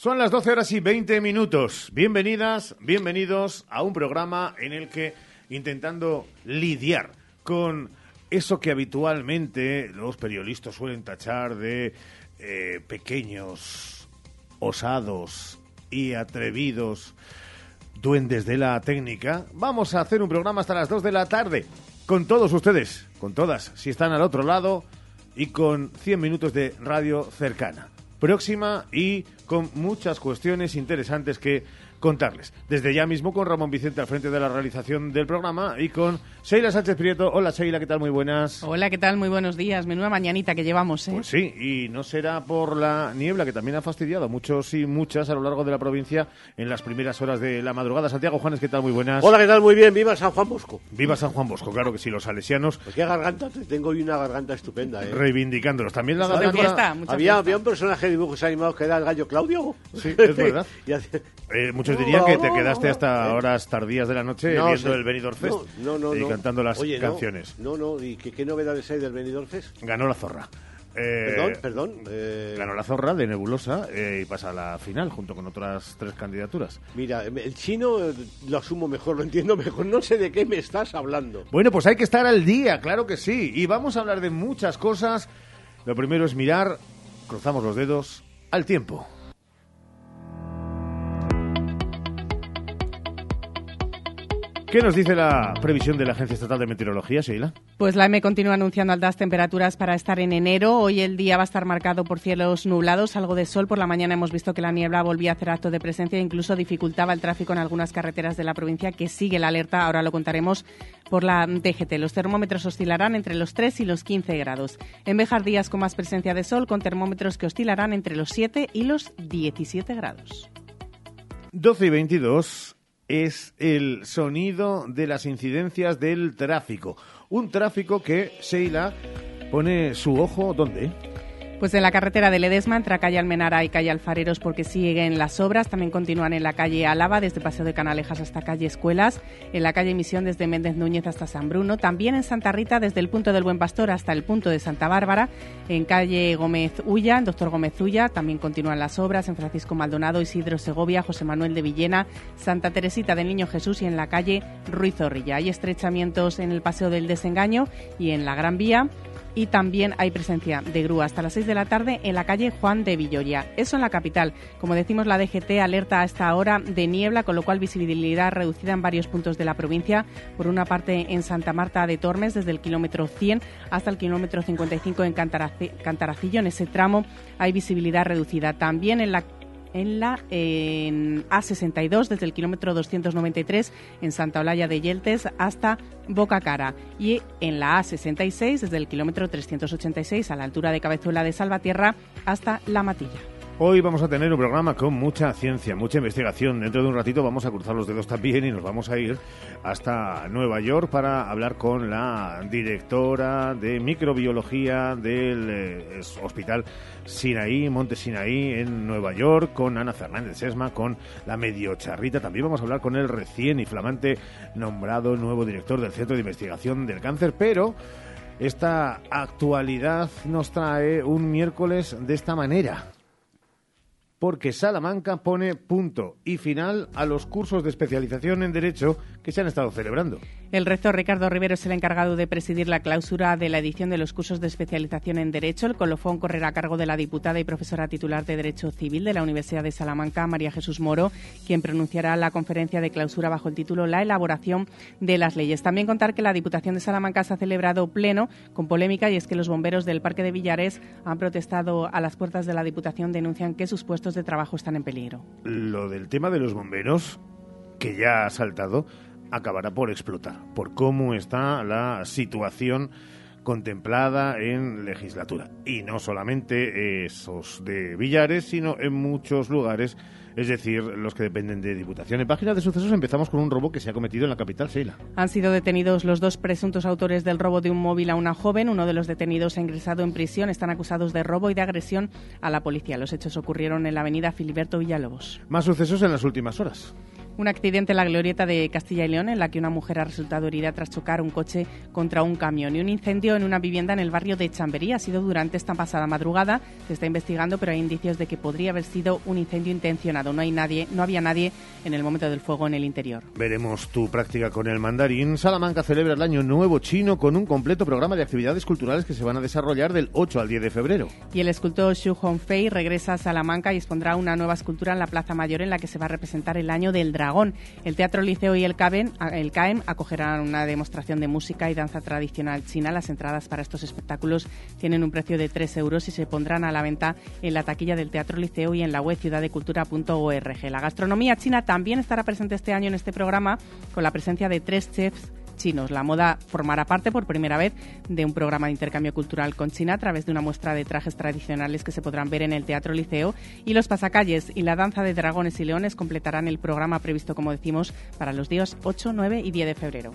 Son las 12:20. Bienvenidas, bienvenidos a un programa en el que, intentando lidiar con eso que habitualmente los periodistas suelen tachar de pequeños, osados y atrevidos duendes de la técnica, vamos a hacer un programa hasta las 2 de la tarde con todos ustedes, con todas, si están al otro lado, y con 100 minutos de radio cercana, próxima y con muchas cuestiones interesantes que contarles. Desde ya mismo con Ramón Vicente al frente de la realización del programa y con Sheila Sánchez Prieto. Hola Sheila, ¿qué tal? Muy buenas. Hola, ¿qué tal? Muy buenos días. Menuda mañanita que llevamos, ¿eh? Pues sí, y no será por la niebla que también ha fastidiado a muchos y muchas a lo largo de la provincia en las primeras horas de la madrugada. Santiago Juanes, ¿qué tal? Muy buenas. Hola, ¿qué tal? Muy bien. Viva San Juan Bosco. Viva San Juan Bosco, claro que sí, los salesianos. Pues qué garganta, tengo hoy una garganta estupenda, ¿eh? Reivindicándolos. También la garganta. Había un personaje de dibujos animados que era el gallo Claudio. Sí, es verdad. Muchos dirían que te quedaste hasta horas tardías de la noche viendo el Benidorm Fest y cantando las canciones. No, ¿y qué novedades hay del Benidorm Fest? Ganó la Zorra. Perdón. Ganó la Zorra de Nebulosa y pasa a la final junto con otras 3 candidaturas. Mira, el chino lo asumo mejor, lo entiendo mejor. No sé de qué me estás hablando. Bueno, pues hay que estar al día, claro que sí. Y vamos a hablar de muchas cosas. Lo primero es mirar, cruzamos los dedos, al tiempo. ¿Qué nos dice la previsión de la Agencia Estatal de Meteorología, Sheila? Pues la EME continúa anunciando altas temperaturas para estar en enero. Hoy el día va a estar marcado por cielos nublados, algo de sol. Por la mañana hemos visto que la niebla volvía a hacer acto de presencia e incluso dificultaba el tráfico en algunas carreteras de la provincia, que sigue la alerta, ahora lo contaremos, por la DGT. Los termómetros oscilarán entre los 3 y los 15 grados. En Béjar, días con más presencia de sol, con termómetros que oscilarán entre los 7 y los 17 grados. 12:22. Es el sonido de las incidencias del tráfico. Un tráfico que, Sheila, pone su ojo, ¿dónde? Pues en la carretera de Ledesma, entre calle Almenara y calle Alfareros, porque siguen las obras. También continúan en la calle Álava, desde Paseo de Canalejas hasta calle Escuelas. En la calle Misión, desde Méndez Núñez hasta San Bruno. También en Santa Rita, desde el punto del Buen Pastor hasta el punto de Santa Bárbara. En calle Gómez Ulla, Doctor Gómez Ulla, también continúan las obras. En Francisco Maldonado, Isidro Segovia, José Manuel de Villena, Santa Teresita del Niño Jesús y en la calle Ruiz Zorrilla. Hay estrechamientos en el Paseo del Desengaño y en la Gran Vía. Y también hay presencia de grúa hasta las 6 de la tarde en la calle Juan de Villoria. Eso en la capital. Como decimos, la DGT alerta a esta hora de niebla, con lo cual visibilidad reducida en varios puntos de la provincia. Por una parte en Santa Marta de Tormes, desde el kilómetro 100 hasta el kilómetro 55 en Cantaracillo. En ese tramo hay visibilidad reducida. También en A62, desde el kilómetro 293 en Santa Olalla de Yeltes hasta Bocacara, y en la A66 desde el kilómetro 386 a la altura de Cabezuela de Salvatierra hasta La Matilla. Hoy vamos a tener un programa con mucha ciencia, mucha investigación. Dentro de un ratito vamos a cruzar los dedos también y nos vamos a ir hasta Nueva York para hablar con la directora de microbiología del Hospital Sinaí, Monte Sinaí en Nueva York, con Ana Fernández Sesma, con la medio charrita. También vamos a hablar con el recién y flamante nombrado nuevo director del Centro de Investigación del Cáncer, pero esta actualidad nos trae un miércoles de esta manera. Porque Salamanca pone punto y final a los cursos de especialización en Derecho que se han estado celebrando. El rector Ricardo Rivero es el encargado de presidir la clausura de la edición de los cursos de especialización en Derecho. El colofón correrá a cargo de la diputada y profesora titular de Derecho Civil de la Universidad de Salamanca, María Jesús Moro, quien pronunciará la conferencia de clausura bajo el título La elaboración de las leyes. También contar que la Diputación de Salamanca se ha celebrado pleno con polémica, y es que los bomberos del Parque de Villares han protestado a las puertas de la Diputación, denuncian que sus puestos de trabajo están en peligro. Lo del tema de los bomberos, que ya ha saltado, acabará por explotar, por cómo está la situación contemplada en legislatura. Y no solamente esos de Villares, sino en muchos lugares, es decir, los que dependen de Diputación. En Página de Sucesos empezamos con un robo que se ha cometido en la capital, Sheila. Han sido detenidos los 2 presuntos autores del robo de un móvil a una joven. Uno de los detenidos ha ingresado en prisión. Están acusados de robo y de agresión a la policía. Los hechos ocurrieron en la avenida Filiberto Villalobos. Más sucesos en las últimas horas. Un accidente en la glorieta de Castilla y León en la que una mujer ha resultado herida tras chocar un coche contra un camión, y un incendio en una vivienda en el barrio de Chamberí. Ha sido durante esta pasada madrugada. Se está investigando, pero hay indicios de que podría haber sido un incendio intencionado. No había nadie en el momento del fuego en el interior. Veremos tu práctica con el mandarín. Salamanca celebra el Año Nuevo Chino con un completo programa de actividades culturales que se van a desarrollar del 8 al 10 de febrero. Y el escultor Xu Hongfei regresa a Salamanca y expondrá una nueva escultura en la Plaza Mayor en la que se va a representar el Año del Dragón. El Teatro Liceo y el CAEM acogerán una demostración de música y danza tradicional china. Las entradas para estos espectáculos tienen un precio de 3 euros y se pondrán a la venta en la taquilla del Teatro Liceo y en la web ciudadecultura.org. La gastronomía china también estará presente este año en este programa, con la presencia de 3 chefs chinos. La moda formará parte por primera vez de un programa de intercambio cultural con China a través de una muestra de trajes tradicionales que se podrán ver en el Teatro Liceo, y los pasacalles y la danza de dragones y leones completarán el programa previsto, como decimos, para los días 8, 9 y 10 de febrero.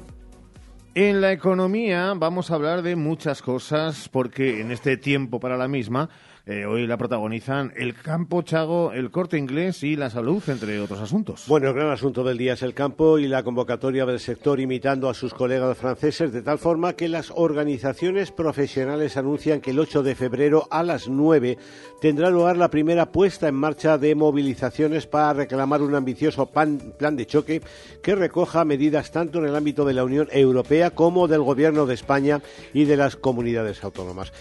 En la economía vamos a hablar de muchas cosas, porque en este tiempo para la misma hoy la protagonizan el campo, Chago, el Corte Inglés y la salud, entre otros asuntos. Bueno, el gran asunto del día es el campo y la convocatoria del sector imitando a sus colegas franceses, de tal forma que las organizaciones profesionales anuncian que el 8 de febrero a las 9 tendrá lugar la primera puesta en marcha de movilizaciones para reclamar un ambicioso plan de choque que recoja medidas tanto en el ámbito de la Unión Europea como del Gobierno de España y de las comunidades autónomas.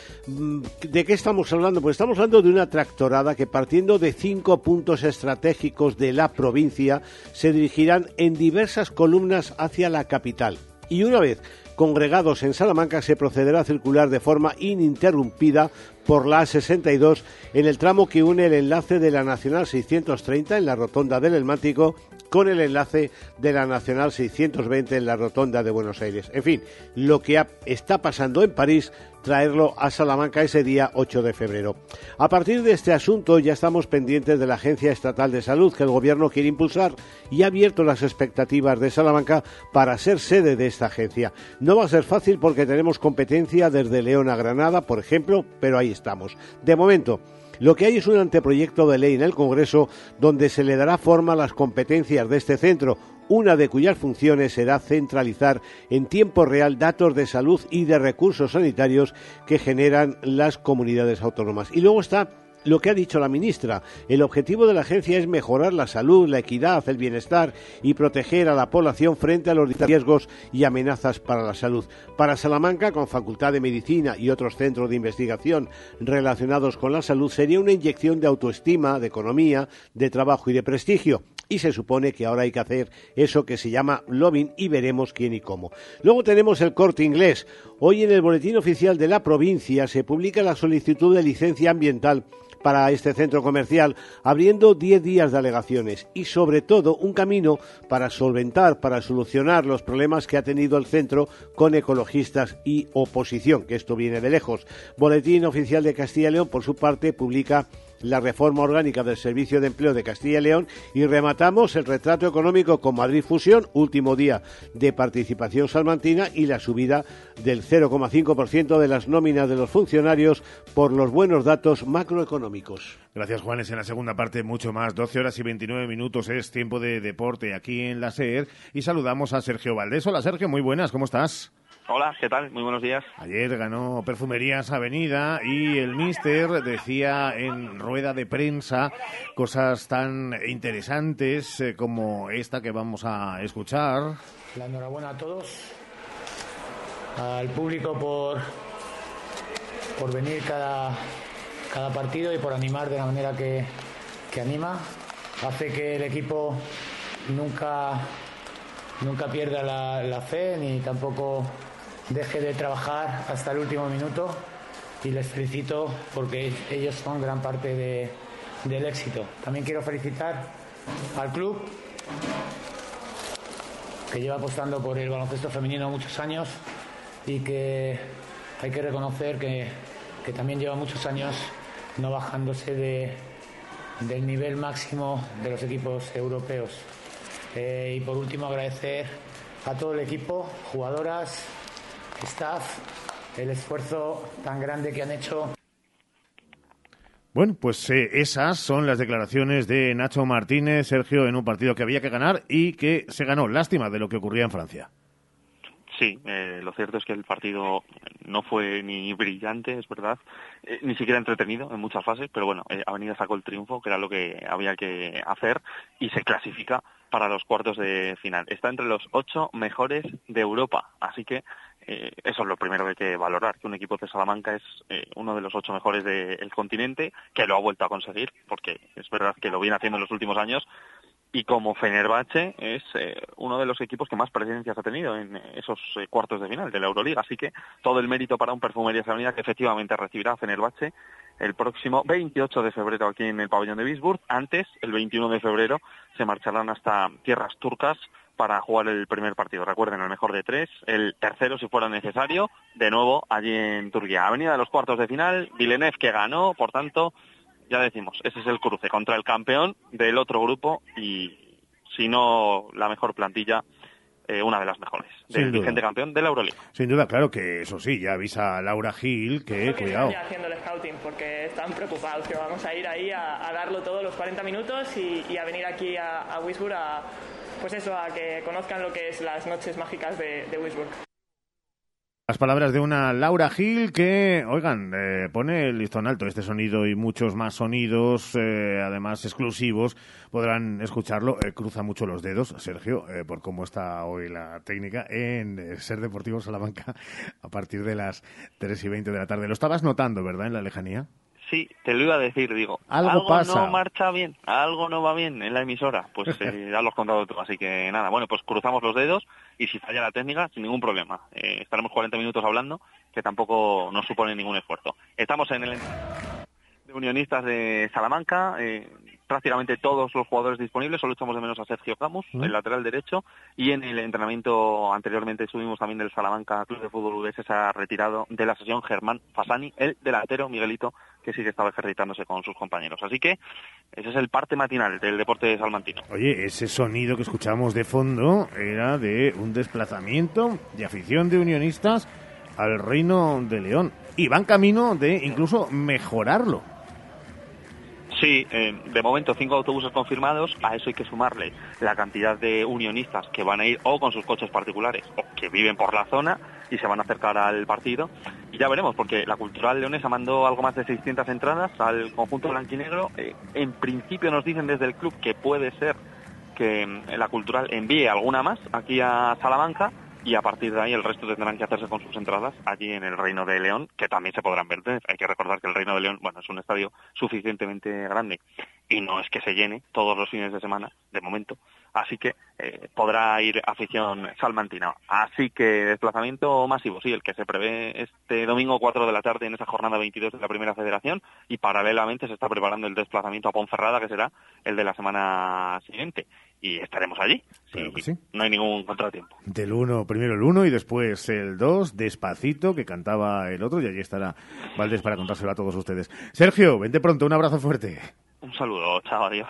¿De qué estamos hablando? Pues estamos hablando de una tractorada que, partiendo de 5 puntos estratégicos de la provincia, se dirigirán en diversas columnas hacia la capital. Y una vez congregados en Salamanca, se procederá a circular de forma ininterrumpida por la A62 en el tramo que une el enlace de la Nacional 630 en la rotonda del Elmático con el enlace de la Nacional 620 en la rotonda de Buenos Aires. En fin, lo que está pasando en París, traerlo a Salamanca ese día 8 de febrero. A partir de este asunto ya estamos pendientes de la Agencia Estatal de Salud que el Gobierno quiere impulsar y ha abierto las expectativas de Salamanca para ser sede de esta agencia. No va a ser fácil porque tenemos competencia desde León a Granada, por ejemplo, pero ahí estamos. De momento, lo que hay es un anteproyecto de ley en el Congreso donde se le dará forma a las competencias de este centro, una de cuyas funciones será centralizar en tiempo real datos de salud y de recursos sanitarios que generan las comunidades autónomas. Y luego está lo que ha dicho la ministra. El objetivo de la agencia es mejorar la salud, la equidad, el bienestar y proteger a la población frente a los riesgos y amenazas para la salud. Para Salamanca, con Facultad de Medicina y otros centros de investigación relacionados con la salud, sería una inyección de autoestima, de economía, de trabajo y de prestigio. Y se supone que ahora hay que hacer eso que se llama lobbying y veremos quién y cómo. Luego tenemos el Corte Inglés. Hoy en el Boletín Oficial de la provincia se publica la solicitud de licencia ambiental para este centro comercial, abriendo 10 días de alegaciones y, sobre todo, un camino para solventar, para solucionar los problemas que ha tenido el centro con ecologistas y oposición, que esto viene de lejos. Boletín Oficial de Castilla y León, por su parte, publica la reforma orgánica del Servicio de Empleo de Castilla y León y rematamos el retrato económico con Madrid Fusión, último día de participación salmantina y la subida del 0,5% de las nóminas de los funcionarios por los buenos datos macroeconómicos. Gracias, Juanes. En la segunda parte mucho más. 12 horas y 29 minutos es tiempo de deporte aquí en la SER y saludamos a Sergio Valdés. Hola, Sergio, muy buenas, ¿cómo estás? Hola, ¿qué tal? Muy buenos días. Ayer ganó Perfumerías Avenida y el míster decía en rueda de prensa cosas tan interesantes como esta que vamos a escuchar. La enhorabuena a todos, al público por venir cada partido y por animar de la manera que anima. Hace que el equipo nunca pierda la fe ni tampoco deje de trabajar hasta el último minuto, y les felicito porque ellos son gran parte del éxito. También quiero felicitar al club, que lleva apostando por el baloncesto femenino muchos años y que hay que reconocer que también lleva muchos años no bajándose del nivel máximo de los equipos europeos. Y por último, agradecer a todo el equipo, jugadoras, staff, el esfuerzo tan grande que han hecho. Bueno, pues esas son las declaraciones de Nacho Martínez, Sergio, en un partido que había que ganar y que se ganó. Lástima de lo que ocurría en Francia. Sí, lo cierto es que el partido no fue ni brillante, es verdad, ni siquiera entretenido en muchas fases, pero bueno, Avenida sacó el triunfo, que era lo que había que hacer, y se clasifica para los cuartos de final. Está entre los 8 mejores de Europa, así que eso es lo primero que hay que valorar, que un equipo de Salamanca es uno de los 8 mejores del continente, que lo ha vuelto a conseguir, porque es verdad que lo viene haciendo en los últimos años. Y como Fenerbahce es uno de los equipos que más presencias ha tenido en esos cuartos de final de la Euroliga. Así que todo el mérito para un Perfumerías Avenida, que efectivamente recibirá a Fenerbahce el próximo 28 de febrero aquí en el pabellón de Visburg. Antes, el 21 de febrero, se marcharán hasta tierras turcas para jugar el primer partido. Recuerden, el mejor de 3, el tercero si fuera necesario, de nuevo allí en Turquía. Avenida de los cuartos de final, Villeneuve que ganó, por tanto, ya decimos, ese es el cruce contra el campeón del otro grupo y, si no la mejor plantilla, una de las mejores, del vigente campeón de la Euroliga. Sin duda, claro que eso sí, ya avisa Laura Gil que cuidado. Están ya haciendo el scouting porque están preocupados, que vamos a ir ahí a darlo todo los 40 minutos y a venir aquí a Wisburg pues eso, a que conozcan lo que es las noches mágicas de Wisburg. Las palabras de una Laura Gil que, oigan, pone el listón alto. Este sonido y muchos más sonidos, además exclusivos, podrán escucharlo. Cruza mucho los dedos, Sergio, por cómo está hoy la técnica en Ser Deportivo Salamanca a partir de las 3:20 de la tarde. Lo estabas notando, ¿verdad, en la lejanía? Sí, te lo iba a decir, digo, algo pasa. No marcha bien, algo no va bien en la emisora, pues ya lo has contado tú, así que nada, bueno, pues cruzamos los dedos y si falla la técnica, sin ningún problema. Estaremos 40 minutos hablando, que tampoco nos supone ningún esfuerzo. Estamos en el de Unionistas de Salamanca, prácticamente todos los jugadores disponibles, solo echamos de menos a Sergio Camus, el lateral derecho, y en el entrenamiento anteriormente estuvimos también del Salamanca Club de Fútbol UDS, se ha retirado de la sesión Germán Fasani, el delantero Miguelito, que sí que estaba ejercitándose con sus compañeros. Así que ese es el parte matinal del deporte salmantino. Oye, ese sonido que escuchamos de fondo era de un desplazamiento de afición de Unionistas al Reino de León, y van camino de incluso mejorarlo. Sí, de momento 5 autobuses confirmados, a eso hay que sumarle la cantidad de unionistas que van a ir o con sus coches particulares o que viven por la zona y se van a acercar al partido. Y ya veremos, porque la Cultural Leonesa mandó algo más de 600 entradas al conjunto blanquinegro. En principio nos dicen desde el club que puede ser que la Cultural envíe alguna más aquí a Salamanca, y a partir de ahí el resto tendrán que hacerse con sus entradas allí en el Reino de León, que también se podrán ver. Hay que recordar que el Reino de León, bueno, es un estadio suficientemente grande y no es que se llene todos los fines de semana, de momento, así que podrá ir afición salmantina. Así que desplazamiento masivo, sí, el que se prevé este domingo 4 de la tarde en esa jornada 22 de la Primera Federación, y paralelamente se está preparando el desplazamiento a Ponferrada, que será el de la semana siguiente. Y estaremos allí, claro que sí. No hay ningún contratiempo. Primero el 1 y después el 2, Despacito, que cantaba el otro, y allí estará Valdés para contárselo a todos ustedes. Sergio, vente pronto, un abrazo fuerte. Un saludo, chao, adiós.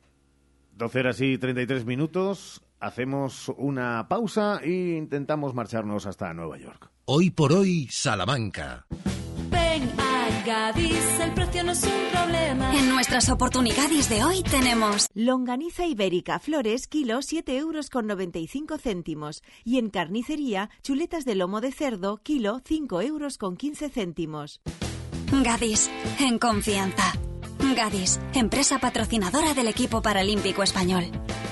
12:33, hacemos una pausa e intentamos marcharnos hasta Nueva York. Hoy por hoy, Salamanca. Ven a Gadis, el precio no es un problema. En nuestras oportunidades de hoy tenemos longaniza ibérica Flores, kilo 7,95 €. Y en carnicería, chuletas de lomo de cerdo, kilo 5,15 €. Gadis, en confianza. Gadis, empresa patrocinadora del equipo paralímpico español.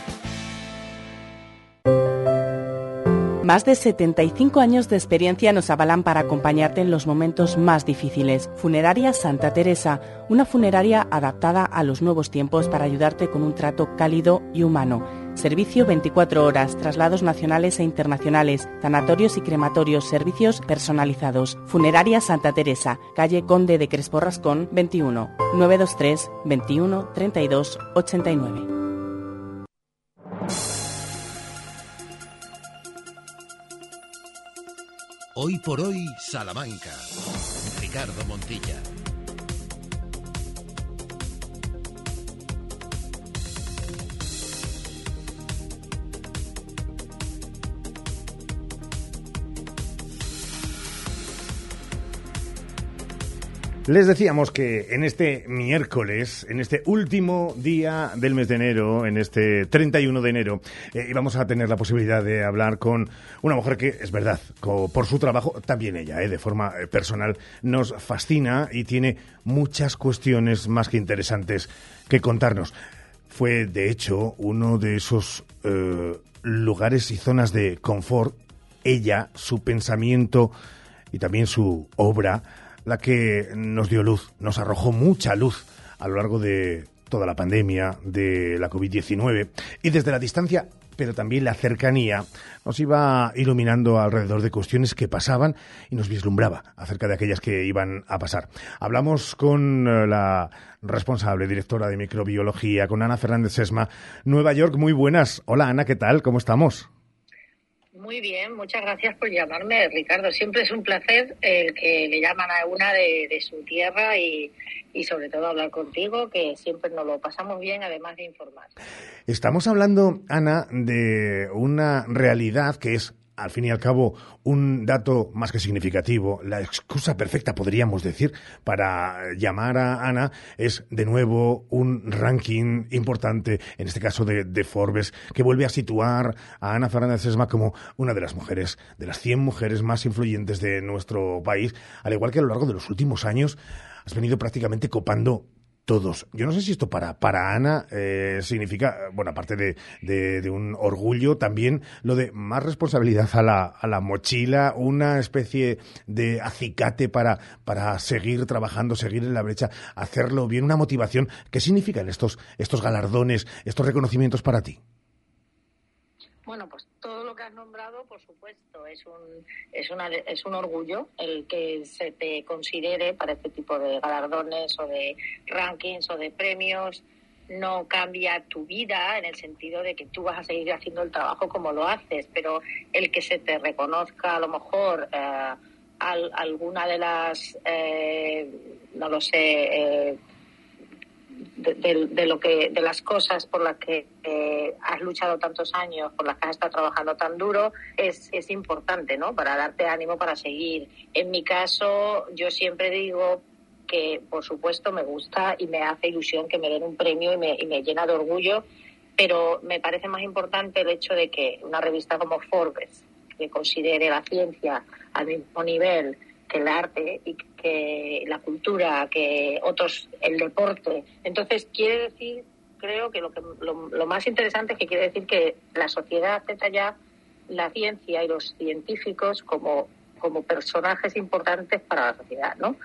Más de 75 años de experiencia nos avalan para acompañarte en los momentos más difíciles. Funeraria Santa Teresa, una funeraria adaptada a los nuevos tiempos para ayudarte con un trato cálido y humano. Servicio 24 horas, traslados nacionales e internacionales, tanatorios y crematorios, servicios personalizados. Funeraria Santa Teresa, calle Conde de Crespo Rascón, 21, 923 21 32 89. Hoy por hoy, Salamanca. Ricardo Montilla. Les decíamos que en este miércoles, en este último día del mes de enero, en este 31 de enero, íbamos a tener la posibilidad de hablar con una mujer que, es verdad, por su trabajo, también ella, de forma personal, nos fascina y tiene muchas cuestiones más que interesantes que contarnos. Fue, de hecho, uno de esos lugares y zonas de confort, ella, su pensamiento y también su obra, la que nos dio luz, nos arrojó mucha luz a lo largo de toda la pandemia, de la COVID-19, y desde la distancia, pero también la cercanía, nos iba iluminando alrededor de cuestiones que pasaban y nos vislumbraba acerca de aquellas que iban a pasar. Hablamos con la responsable, directora de microbiología, con Ana Fernández Sesma, Nueva York. Muy buenas. Hola, Ana, ¿qué tal? ¿Cómo estamos? Muy bien, muchas gracias por llamarme, Ricardo. Siempre es un placer el que le llaman a una de su tierra y sobre todo hablar contigo, que siempre nos lo pasamos bien, además de informar. Estamos hablando, Ana, de una realidad que es, al fin y al cabo, un dato más que significativo. La excusa perfecta, podríamos decir, para llamar a Ana es, de nuevo, un ranking importante, en este caso de Forbes, que vuelve a situar a Ana Fernández Sesma como una de las mujeres, de las 100 mujeres más influyentes de nuestro país, al igual que a lo largo de los últimos años has venido prácticamente copando todos. Yo no sé si esto para Ana significa, bueno, aparte de un orgullo, también lo de más responsabilidad a la mochila, una especie de acicate para seguir trabajando, seguir en la brecha, hacerlo bien, una motivación. ¿Qué significan estos galardones, estos reconocimientos para ti? Bueno, pues todo lo que has nombrado, por supuesto, es un orgullo el que se te considere para este tipo de galardones o de rankings o de premios. No cambia tu vida en el sentido de que tú vas a seguir haciendo el trabajo como lo haces, pero el que se te reconozca a lo mejor alguna de las, no lo sé, de las cosas por las que has luchado tantos años, por las que has estado trabajando tan duro, es importante, ¿no? Para darte ánimo para seguir. En mi caso, yo siempre digo que, por supuesto, me gusta y me hace ilusión que me den un premio y me llena de orgullo, pero me parece más importante el hecho de que una revista como Forbes, que considere la ciencia al mismo nivel que el arte y que la cultura, que otros, el deporte. Entonces, quiere decir, creo que lo más interesante es que quiere decir que la sociedad acepta ya la ciencia y los científicos como personajes importantes para la sociedad, ¿no?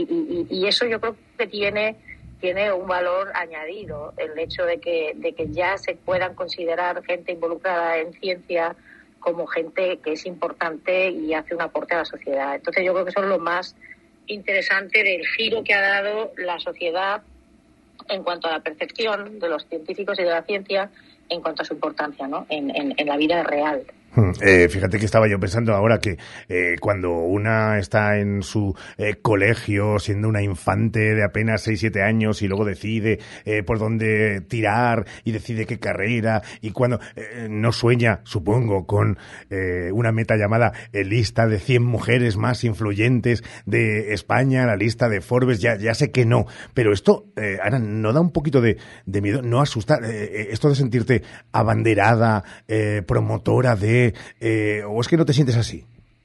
Y eso yo creo que tiene un valor añadido, el hecho de que ya se puedan considerar gente involucrada en ciencia como gente que es importante y hace un aporte a la sociedad. Entonces yo creo que eso es lo más interesante del giro que ha dado la sociedad en cuanto a la percepción de los científicos y de la ciencia en cuanto a su importancia, ¿no? en la vida real. Fíjate que estaba yo pensando ahora que cuando una está en su colegio siendo una infante de apenas 6-7 años y luego decide por dónde tirar y decide qué carrera, y cuando no sueña, supongo, con una meta llamada lista de 100 mujeres más influyentes de España, la lista de Forbes, ya sé que no, pero esto, Ana, ¿no da un poquito de miedo? ¿No asusta esto de sentirte abanderada, promotora de... ¿o es que no te sientes así?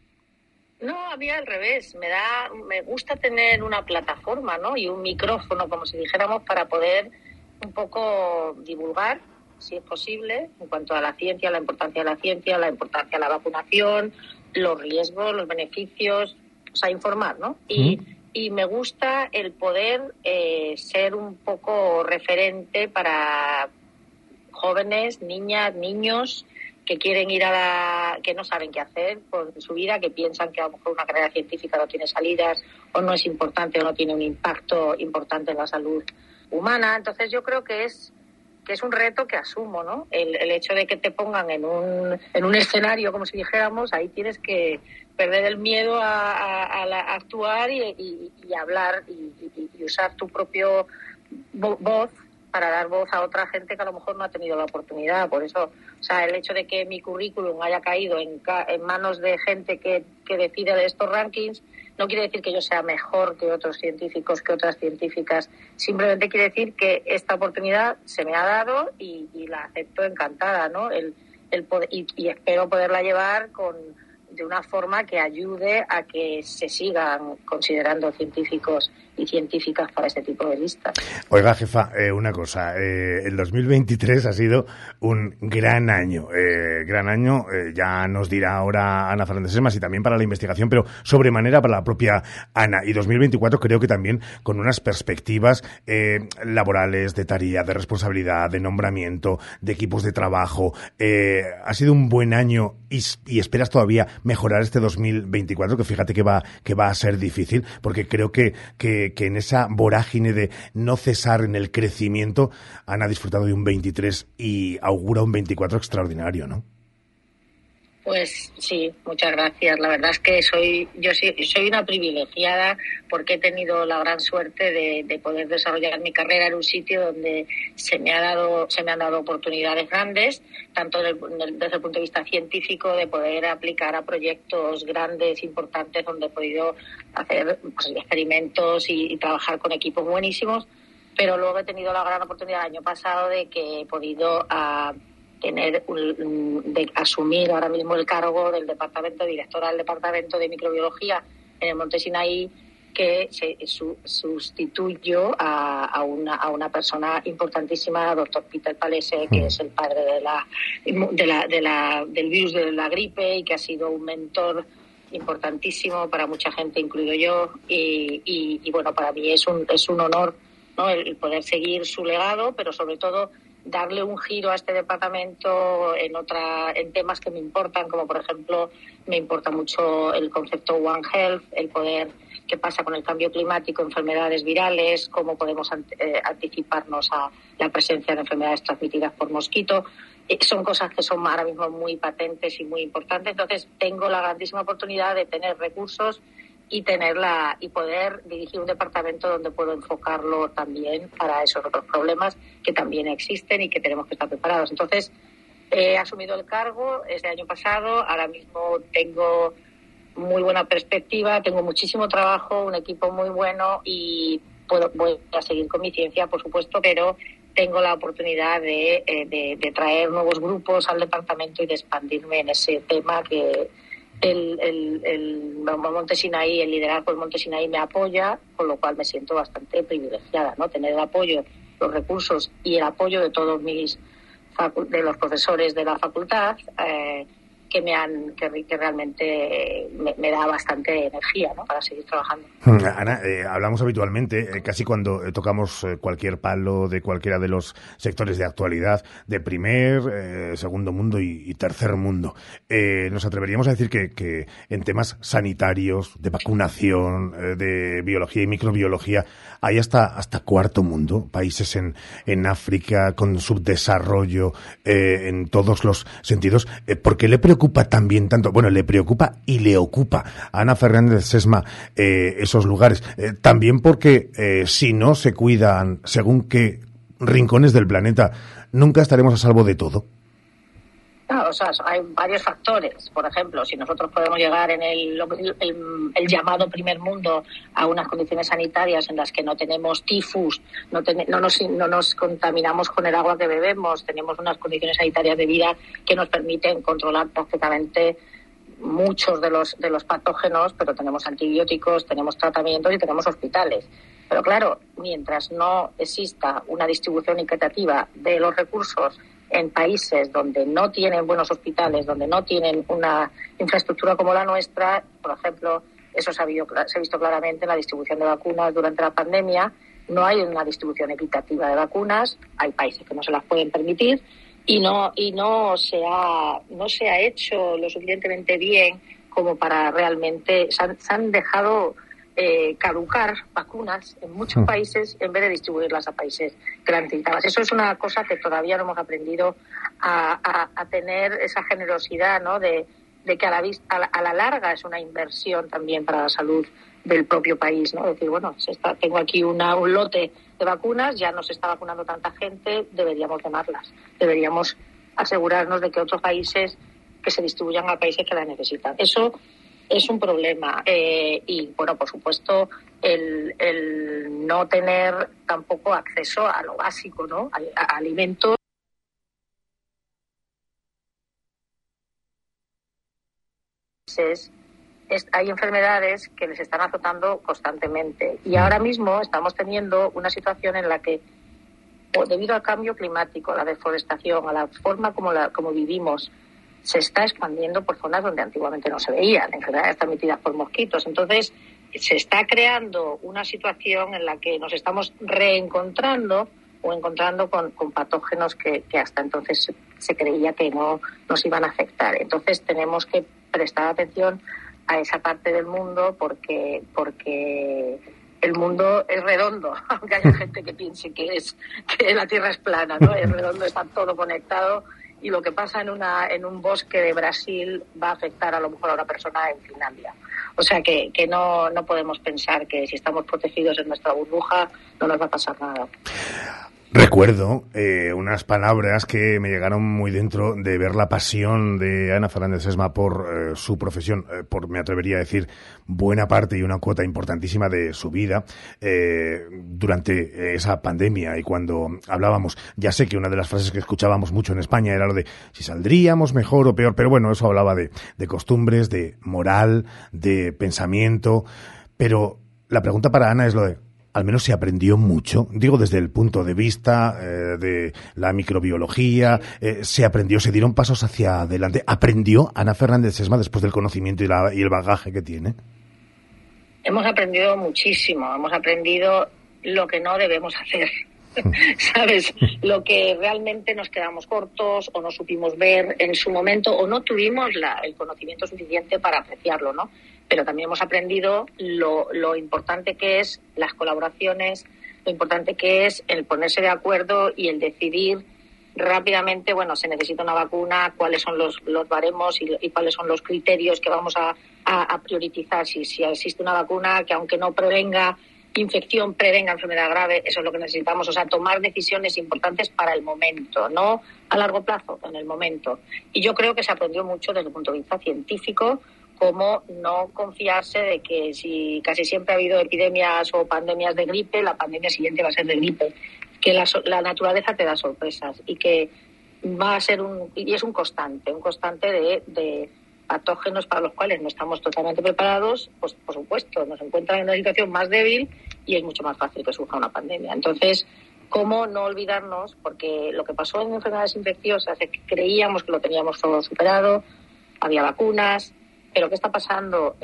No, a mí al revés. Me gusta tener una plataforma, ¿no? Y un micrófono, como si dijéramos, para poder un poco divulgar, si es posible, en cuanto a la ciencia, la importancia de la ciencia, la importancia de la vacunación, los riesgos, los beneficios, o sea, informar, ¿no? Y me gusta el poder ser un poco referente para jóvenes, niñas, niños que quieren ir que no saben qué hacer con su vida, que piensan que a lo mejor una carrera científica no tiene salidas o no es importante o no tiene un impacto importante en la salud humana. Entonces yo creo que es un reto que asumo, ¿no? El hecho de que te pongan en un escenario, como si dijéramos, ahí tienes que perder el miedo a actuar y hablar y usar tu propio voz para dar voz a otra gente que a lo mejor no ha tenido la oportunidad. Por eso, o sea, el hecho de que mi currículum haya caído en manos de gente que decide de estos rankings no quiere decir que yo sea mejor que otros científicos, que otras científicas. Simplemente quiere decir que esta oportunidad se me ha dado y la acepto encantada, ¿no? El poder, y espero poderla llevar de una forma que ayude a que se sigan considerando científicos y científicas para este tipo de listas. Oiga, jefa, una cosa, el 2023 ha sido un gran año, ya nos dirá ahora Ana Fernández Sesma, y también para la investigación, pero sobremanera para la propia Ana, y 2024 creo que también con unas perspectivas laborales, de tarea, de responsabilidad, de nombramiento, de equipos de trabajo. Ha sido un buen año y esperas todavía mejorar este 2024, que fíjate que va a ser difícil, porque creo que en esa vorágine de no cesar en el crecimiento han disfrutado de un 23 y augura un 24 extraordinario, ¿no? Pues sí, muchas gracias. La verdad es que soy una privilegiada porque he tenido la gran suerte de poder desarrollar mi carrera en un sitio donde se me han dado oportunidades grandes, tanto desde el punto de vista científico, de poder aplicar a proyectos grandes, importantes, donde he podido hacer experimentos y trabajar con equipos buenísimos, pero luego he tenido la gran oportunidad el año pasado de que he podido de asumir ahora mismo el cargo del directora del Departamento de Microbiología en el Monte Sinaí, que sustituyo a una persona importantísima, doctor Peter Palese, que es el padre del virus de la gripe y que ha sido un mentor importantísimo para mucha gente, incluido yo, y bueno, para mí es un honor, ¿no?, el poder seguir su legado, pero sobre todo darle un giro a este departamento en temas que me importan, como por ejemplo me importa mucho el concepto One Health, el poder qué pasa con el cambio climático, enfermedades virales, cómo podemos anticiparnos a la presencia de enfermedades transmitidas por mosquito. Son cosas que son ahora mismo muy patentes y muy importantes. Entonces tengo la grandísima oportunidad de tener recursos y poder dirigir un departamento donde puedo enfocarlo también para esos otros problemas que también existen y que tenemos que estar preparados. Entonces, he asumido el cargo este año pasado, ahora mismo tengo muy buena perspectiva, tengo muchísimo trabajo, un equipo muy bueno y voy a seguir con mi ciencia, por supuesto, pero tengo la oportunidad de traer nuevos grupos al departamento y de expandirme en ese tema que el Monte Sinaí, el liderazgo del Monte Sinaí me apoya, con lo cual me siento bastante privilegiada, ¿no? Tener el apoyo, los recursos y el apoyo de todos de los profesores de la facultad, que realmente me da bastante energía, ¿no?, para seguir trabajando. Ana, hablamos habitualmente, casi cuando tocamos cualquier palo de cualquiera de los sectores de actualidad, de primer, segundo mundo y tercer mundo. Nos atreveríamos a decir que en temas sanitarios, de vacunación, de biología y microbiología, hay hasta cuarto mundo, países en África con subdesarrollo en todos los sentidos. ¿Por qué le preocupa también tanto? Bueno, le preocupa y le ocupa a Ana Fernández Sesma esos lugares. También porque si no se cuidan según qué rincones del planeta, nunca estaremos a salvo de todo. No, o sea, hay varios factores. Por ejemplo, si nosotros podemos llegar en el llamado primer mundo a unas condiciones sanitarias en las que no tenemos tifus, no nos contaminamos con el agua que bebemos, tenemos unas condiciones sanitarias de vida que nos permiten controlar prácticamente muchos de los patógenos, pero tenemos antibióticos, tenemos tratamientos y tenemos hospitales. Pero claro, mientras no exista una distribución equitativa de los recursos en países donde no tienen buenos hospitales, donde no tienen una infraestructura como la nuestra, por ejemplo, eso se ha visto claramente en la distribución de vacunas durante la pandemia. No hay una distribución equitativa de vacunas, hay países que no se las pueden permitir y no se ha hecho lo suficientemente bien como para realmente se han dejado caducar vacunas en muchos países en vez de distribuirlas a países que las necesitaban. Eso es una cosa que todavía no hemos aprendido a tener esa generosidad, ¿no?, de que a la larga es una inversión también para la salud del propio país, ¿no? Es decir, bueno, tengo aquí un lote de vacunas, ya no se está vacunando tanta gente, deberíamos donarlas, deberíamos asegurarnos de que otros países que se distribuyan a países que la necesitan. Eso es un problema y, bueno, por supuesto, el no tener tampoco acceso a lo básico, ¿no? A alimentos. Hay enfermedades que les están azotando constantemente y ahora mismo estamos teniendo una situación en la que, debido al cambio climático, a la deforestación, a la forma como vivimos, se está expandiendo por zonas donde antiguamente no se veían, enfermedades transmitidas por mosquitos. Entonces, se está creando una situación en la que nos estamos reencontrando o encontrando con patógenos que hasta entonces se creía que no nos iban a afectar. Entonces, tenemos que prestar atención a esa parte del mundo porque el mundo es redondo, aunque haya gente que piense que la Tierra es plana, ¿no? Es redondo, está todo conectado y lo que pasa en un bosque de Brasil va a afectar a lo mejor a una persona en Finlandia. O sea que no podemos pensar que si estamos protegidos en nuestra burbuja no nos va a pasar nada. Recuerdo unas palabras que me llegaron muy dentro de ver la pasión de Ana Fernández Sesma por su profesión, me atrevería a decir, buena parte y una cuota importantísima de su vida durante esa pandemia. Y cuando hablábamos, ya sé que una de las frases que escuchábamos mucho en España era lo de si saldríamos mejor o peor, pero bueno, eso hablaba de costumbres, de moral, de pensamiento. Pero la pregunta para Ana es lo de, al menos se aprendió mucho, digo desde el punto de vista de la microbiología, se dieron pasos hacia adelante. ¿Aprendió Ana Fernández Sesma después del conocimiento y el bagaje que tiene? Hemos aprendido muchísimo, hemos aprendido lo que no debemos hacer, ¿sabes? Lo que realmente nos quedamos cortos o no supimos ver en su momento o no tuvimos el conocimiento suficiente para apreciarlo, ¿no? Pero también hemos aprendido lo importante que es las colaboraciones, lo importante que es el ponerse de acuerdo y el decidir rápidamente, bueno, se necesita una vacuna, cuáles son los baremos y cuáles son los criterios que vamos a priorizar. Si existe una vacuna que aunque no prevenga infección, prevenga enfermedad grave, eso es lo que necesitamos. O sea, tomar decisiones importantes para el momento, no a largo plazo, en el momento. Y yo creo que se aprendió mucho desde el punto de vista científico, cómo no confiarse de que si casi siempre ha habido epidemias o pandemias de gripe, la pandemia siguiente va a ser de gripe, que la naturaleza te da sorpresas y que va a ser y es un constante de patógenos para los cuales no estamos totalmente preparados, pues por supuesto nos encuentran en una situación más débil y es mucho más fácil que surja una pandemia. Entonces, ¿cómo no olvidarnos? Porque lo que pasó en enfermedades infecciosas es que creíamos que lo teníamos todo superado, había vacunas, pero ¿qué está pasando?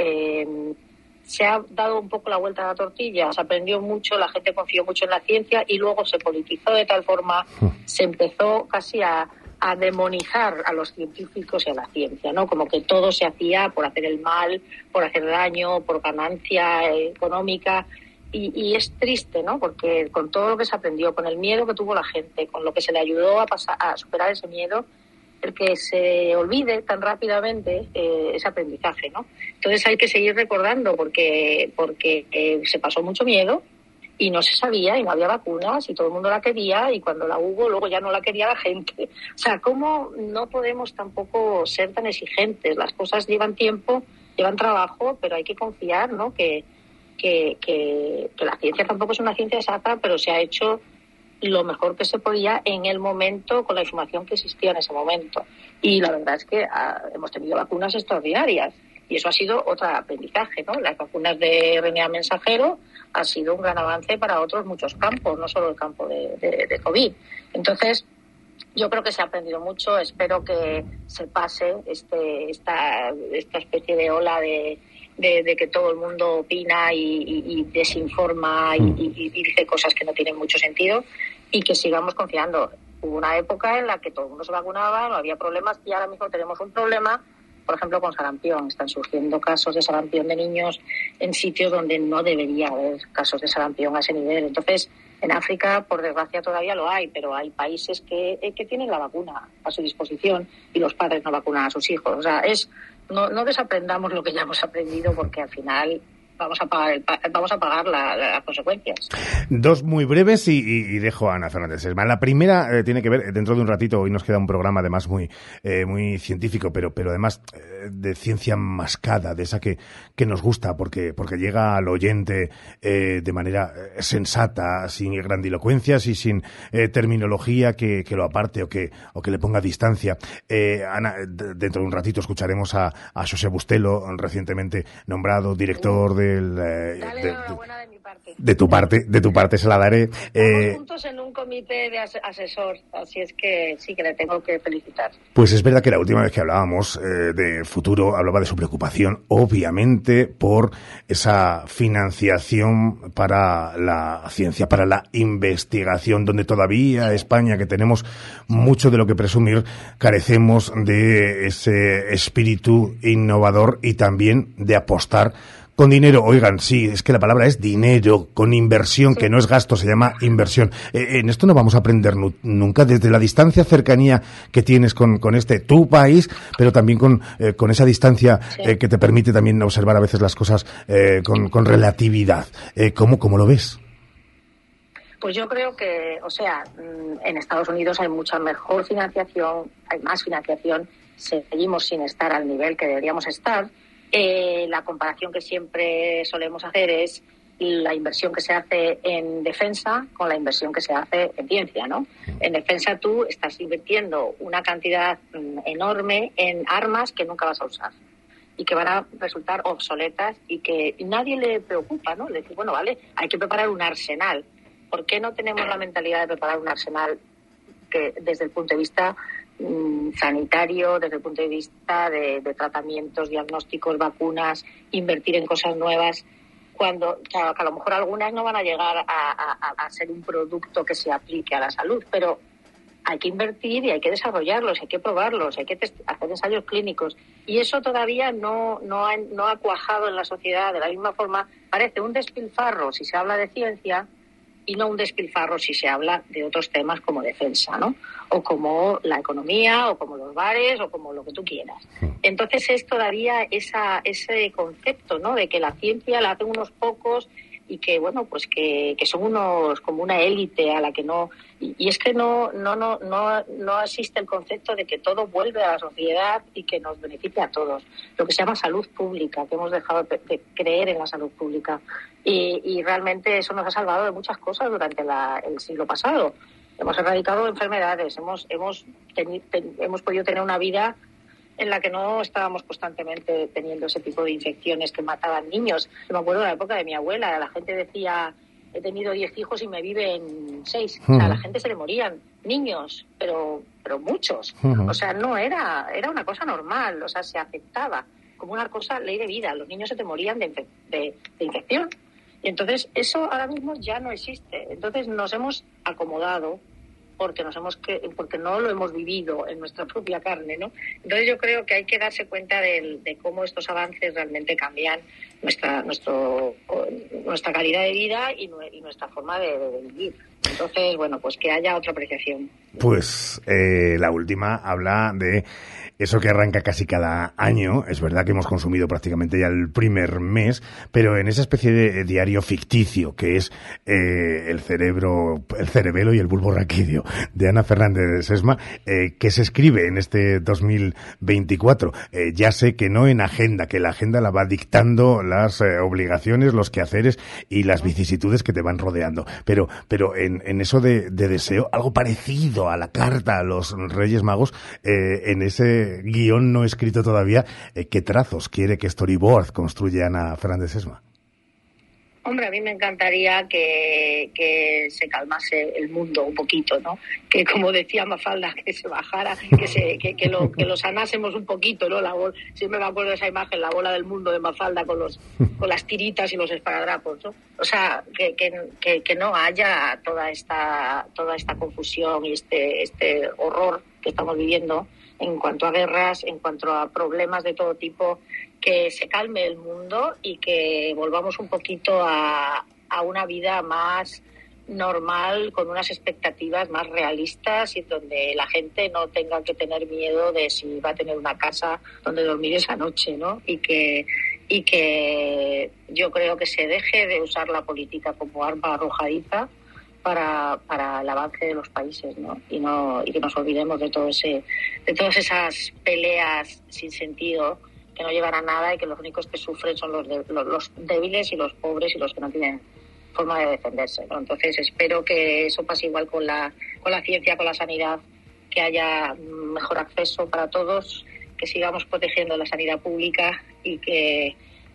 Se ha dado un poco la vuelta a la tortilla, se aprendió mucho, la gente confió mucho en la ciencia y luego se politizó de tal forma, se empezó casi a demonizar a los científicos y a la ciencia, ¿no? Como que todo se hacía por hacer el mal, por hacer daño, por ganancia económica. Y es triste, ¿no? Porque con todo lo que se aprendió, con el miedo que tuvo la gente, con lo que se le ayudó a superar ese miedo, el que se olvide tan rápidamente ese aprendizaje, ¿no? Entonces hay que seguir recordando porque se pasó mucho miedo y no se sabía y no había vacunas y todo el mundo la quería y cuando la hubo luego ya no la quería la gente. O sea, ¿cómo no podemos tampoco ser tan exigentes? Las cosas llevan tiempo, llevan trabajo, pero hay que confiar, ¿no? Que la ciencia tampoco es una ciencia exacta, pero se ha hecho lo mejor que se podía en el momento con la información que existía en ese momento. Y la verdad es que hemos tenido vacunas extraordinarias y eso ha sido otro aprendizaje, ¿no? Las vacunas de RNA mensajero ha sido un gran avance para otros muchos campos, no solo el campo de COVID. Entonces, yo creo que se ha aprendido mucho. Espero que se pase esta especie de ola de que todo el mundo opina y desinforma y dice cosas que no tienen mucho sentido y que sigamos confiando. Hubo una época en la que todo el mundo se vacunaba, no había problemas y ahora mismo tenemos un problema, por ejemplo, con sarampión. Están surgiendo casos de sarampión de niños en sitios donde no debería haber casos de sarampión a ese nivel. Entonces, en África, por desgracia, todavía lo hay, pero hay países que tienen la vacuna a su disposición y los padres no vacunan a sus hijos. O sea, es no desaprendamos lo que ya hemos aprendido, porque al final vamos a pagar las consecuencias. Dos muy breves y dejo a Ana Fernández Sesma. La primera tiene que ver, dentro de un ratito, hoy nos queda un programa además muy científico, pero además de ciencia mascada, de esa que nos gusta, porque llega al oyente de manera sensata, sin grandilocuencias y sin terminología que lo aparte o que le ponga distancia. Ana, dentro de un ratito escucharemos a José Bustelo, recientemente nombrado director de tu parte se la daré. Estamos juntos en un comité de asesor, así es que sí que le tengo que felicitar. Pues es verdad que la última vez que hablábamos de futuro hablaba de su preocupación, obviamente, por esa financiación para la ciencia, para la investigación, donde todavía España, que tenemos mucho de lo que presumir, carecemos de ese espíritu innovador y también de apostar con dinero. Oigan, sí, es que la palabra es dinero, con inversión, que no es gasto, se llama inversión. En esto no vamos a aprender nunca, desde la distancia, cercanía que tienes con tu país, pero también con esa distancia que te permite también observar a veces las cosas con relatividad. ¿Cómo lo ves? Pues yo creo que, en Estados Unidos hay mucha mejor financiación, hay más financiación, seguimos sin estar al nivel que deberíamos estar. La comparación que siempre solemos hacer es la inversión que se hace en defensa con la inversión que se hace en ciencia, ¿no? En defensa tú estás invirtiendo una cantidad enorme en armas que nunca vas a usar y que van a resultar obsoletas y que nadie le preocupa, ¿no? Le dice, bueno, vale, hay que preparar un arsenal. ¿Por qué no tenemos la mentalidad de preparar un arsenal que desde el punto de vista sanitario, desde el punto de vista de tratamientos, diagnósticos, vacunas, invertir en cosas nuevas, cuando que a lo mejor algunas no van a llegar a ser un producto que se aplique a la salud, pero hay que invertir y hay que desarrollarlos, hay que probarlos, hay que hacer ensayos clínicos, y eso todavía no ha cuajado en la sociedad. De la misma forma, parece un despilfarro si se habla de ciencia y no un despilfarro si se habla de otros temas como defensa, ¿no? O como la economía, o como los bares, o como lo que tú quieras. Entonces es todavía ese concepto, ¿no? De que la ciencia la hacen unos pocos y que, bueno, pues que son unos como una élite a la que no... Y es que no existe el concepto de que todo vuelve a la sociedad y que nos beneficia a todos. Lo que se llama salud pública, que hemos dejado de creer en la salud pública. Y realmente eso nos ha salvado de muchas cosas durante el siglo pasado. Hemos erradicado enfermedades, hemos podido tener una vida en la que no estábamos constantemente teniendo ese tipo de infecciones que mataban niños. Yo me acuerdo de la época de mi abuela, la gente decía, he tenido 10 hijos y me viven 6. O sea, a la gente se le morían niños, pero muchos. O sea, no era una cosa normal, o sea, se aceptaba como una cosa, ley de vida. Los niños se te morían de infección. Y entonces eso ahora mismo ya no existe. Entonces nos hemos acomodado porque no lo hemos vivido en nuestra propia carne, ¿no? Entonces yo creo que hay que darse cuenta de cómo estos avances realmente cambian nuestra calidad de vida y nuestra forma de vivir. Entonces, bueno, pues que haya otra apreciación. Pues la última habla de eso que arranca casi cada año. Es verdad que hemos consumido prácticamente ya el primer mes, pero en esa especie de diario ficticio que es el cerebelo y el bulbo raquídeo de Ana Fernández Sesma, que se escribe en este 2024. Ya sé que no en agenda, que la agenda la va dictando las obligaciones, los quehaceres y las vicisitudes que te van rodeando. Pero en eso de deseo, algo parecido a la carta a los Reyes Magos, en ese guión no escrito todavía, ¿qué trazos quiere, qué storyboard construye Ana Fernández Sesma? Hombre, a mí me encantaría que se calmase el mundo un poquito, ¿no? Que, como decía Mafalda, que se bajara, que lo sanásemos un poquito, ¿no? Siempre me acuerdo de esa imagen, la bola del mundo de Mafalda con las tiritas y los esparadrapos, ¿no? O sea, que no haya toda esta confusión y este horror que estamos viviendo en cuanto a guerras, en cuanto a problemas de todo tipo, que se calme el mundo y que volvamos un poquito a una vida más normal, con unas expectativas más realistas y donde la gente no tenga que tener miedo de si va a tener una casa donde dormir esa noche, ¿no? Y que yo creo que se deje de usar la política como arma arrojadiza para el avance de los países, ¿no? Y que nos olvidemos de todas esas peleas sin sentido que no llevan a nada y que los únicos que sufren son los débiles y los pobres y los que no tienen forma de defenderse, ¿no? Entonces espero que eso pase igual con la ciencia, con la sanidad, que haya mejor acceso para todos, que sigamos protegiendo la sanidad pública y que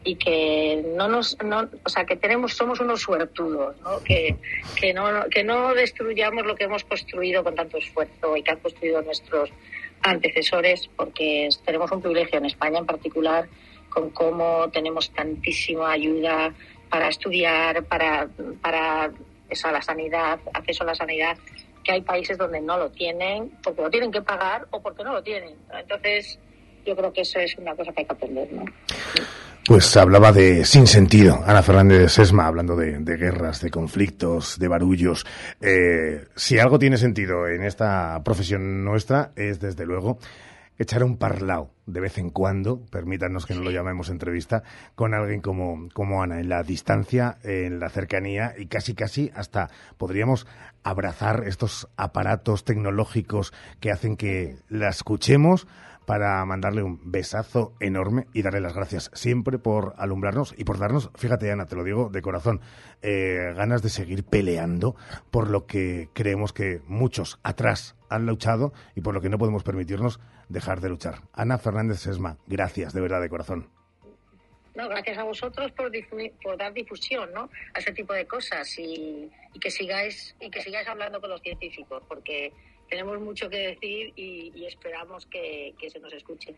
somos unos suertudos, ¿no? Que no destruyamos lo que hemos construido con tanto esfuerzo y que han construido nuestros antecesores, porque tenemos un privilegio en España en particular con cómo tenemos tantísima ayuda para estudiar, para eso, la sanidad, acceso a la sanidad, que hay países donde no lo tienen porque lo tienen que pagar o porque no lo tienen, ¿no? Entonces yo creo que eso es una cosa que hay que aprender, ¿no? Pues hablaba de sinsentido Ana Fernández Sesma, hablando de guerras, de conflictos, de barullos. Si algo tiene sentido en esta profesión nuestra es, desde luego, echar un parlao de vez en cuando, permítanos que no lo llamemos entrevista, con alguien como Ana, en la distancia, en la cercanía y casi hasta podríamos abrazar estos aparatos tecnológicos que hacen que la escuchemos, para mandarle un besazo enorme y darle las gracias siempre por alumbrarnos y por darnos, fíjate Ana, te lo digo de corazón, ganas de seguir peleando por lo que creemos que muchos atrás han luchado y por lo que no podemos permitirnos dejar de luchar. Ana Fernández Sesma, gracias de verdad de corazón. No, gracias a vosotros por dar difusión, ¿no?, a ese tipo de cosas y que sigáis hablando con los científicos, porque tenemos mucho que decir y esperamos que se nos escuche.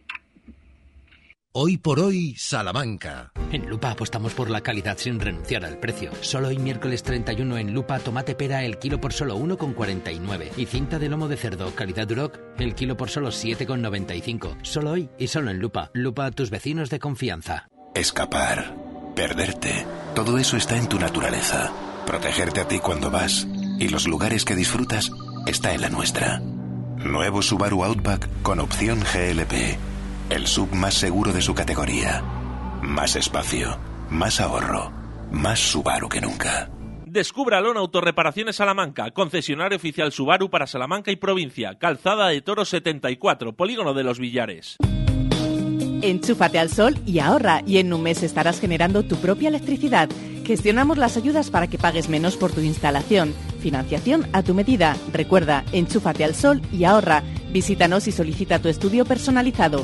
Hoy por hoy, Salamanca. En Lupa apostamos por la calidad sin renunciar al precio. Solo hoy miércoles 31 en Lupa, tomate pera el kilo por solo 1,49. Y cinta de lomo de cerdo calidad Duroc el kilo por solo 7,95. Solo hoy y solo en Lupa. Lupa, tus vecinos de confianza. Escapar, perderte, todo eso está en tu naturaleza. Protegerte a ti cuando vas y los lugares que disfrutas está en la nuestra. Nuevo Subaru Outback con opción GLP. El SUV más seguro de su categoría. Más espacio, más ahorro, más Subaru que nunca. Descúbralo en Autorreparaciones Salamanca, concesionario oficial Subaru para Salamanca y provincia, Calzada de Toros 74, Polígono de los Villares. Enchúfate al sol y ahorra, y en un mes estarás generando tu propia electricidad. Gestionamos las ayudas para que pagues menos por tu instalación. Financiación a tu medida. Recuerda, enchúfate al sol y ahorra. Visítanos y solicita tu estudio personalizado.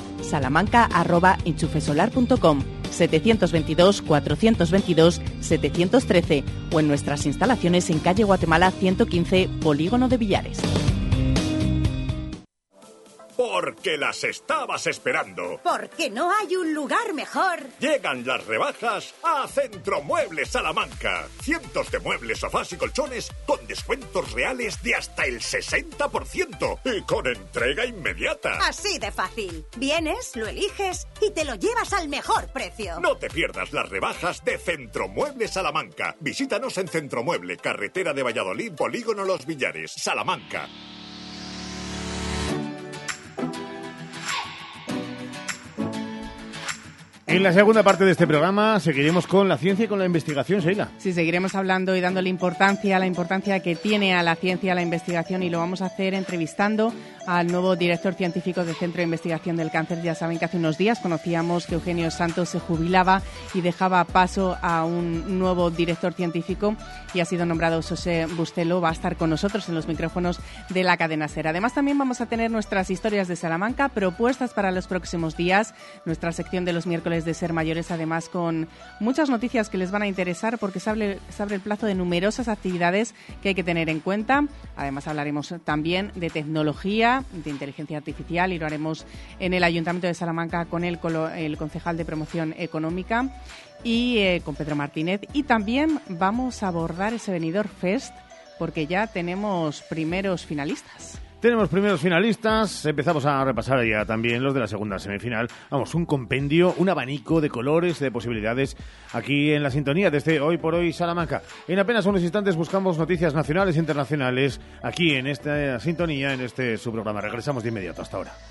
salamanca@enchufesolar.com 722 422 713 o en nuestras instalaciones en calle Guatemala 115, Polígono de Villares. Porque las estabas esperando. Porque no hay un lugar mejor. Llegan las rebajas a Centromuebles Salamanca. Cientos de muebles, sofás y colchones con descuentos reales de hasta el 60% y con entrega inmediata. Así de fácil. Vienes, lo eliges y te lo llevas al mejor precio. No te pierdas las rebajas de Centromuebles Salamanca. Visítanos en Centromueble, carretera de Valladolid, Polígono Los Villares, Salamanca. En la segunda parte de este programa seguiremos con la ciencia y con la investigación, Sheila. Sí, seguiremos hablando y dándole la importancia que tiene a la ciencia, a la investigación, y lo vamos a hacer entrevistando al nuevo director científico del Centro de Investigación del Cáncer. Ya saben que hace unos días conocíamos que Eugenio Santos se jubilaba y dejaba paso a un nuevo director científico y ha sido nombrado José Bustelo. Va a estar con nosotros en los micrófonos de la cadena SER. Además, también vamos a tener nuestras historias de Salamanca, propuestas para los próximos días, nuestra sección de los miércoles de Ser Mayores, además con muchas noticias que les van a interesar porque se abre el plazo de numerosas actividades que hay que tener en cuenta. Además hablaremos también de tecnología, de inteligencia artificial, y lo haremos en el Ayuntamiento de Salamanca con el concejal de Promoción Económica y con Pedro Martínez. Y también vamos a abordar ese Benidorm Fest porque ya tenemos primeros finalistas. Tenemos primeros finalistas, empezamos a repasar ya también los de la segunda semifinal. Vamos, un compendio, un abanico de colores, de posibilidades aquí en la sintonía desde Hoy por Hoy Salamanca. En apenas unos instantes buscamos noticias nacionales e internacionales aquí en esta sintonía, en este su programa. Regresamos de inmediato, hasta ahora.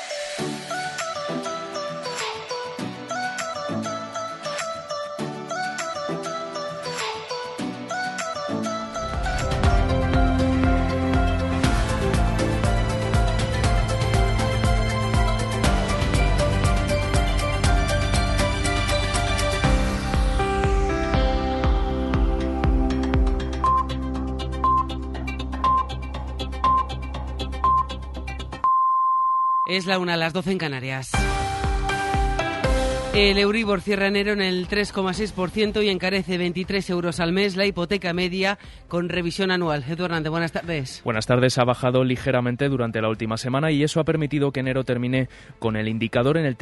Es la 1, a las 12 en Canarias. El Euribor cierra enero en el 3,6% y encarece 23 euros al mes la hipoteca media con revisión anual. Eduardo Hernández, buenas tardes. Buenas tardes. Ha bajado ligeramente durante la última semana y eso ha permitido que enero termine con el indicador en el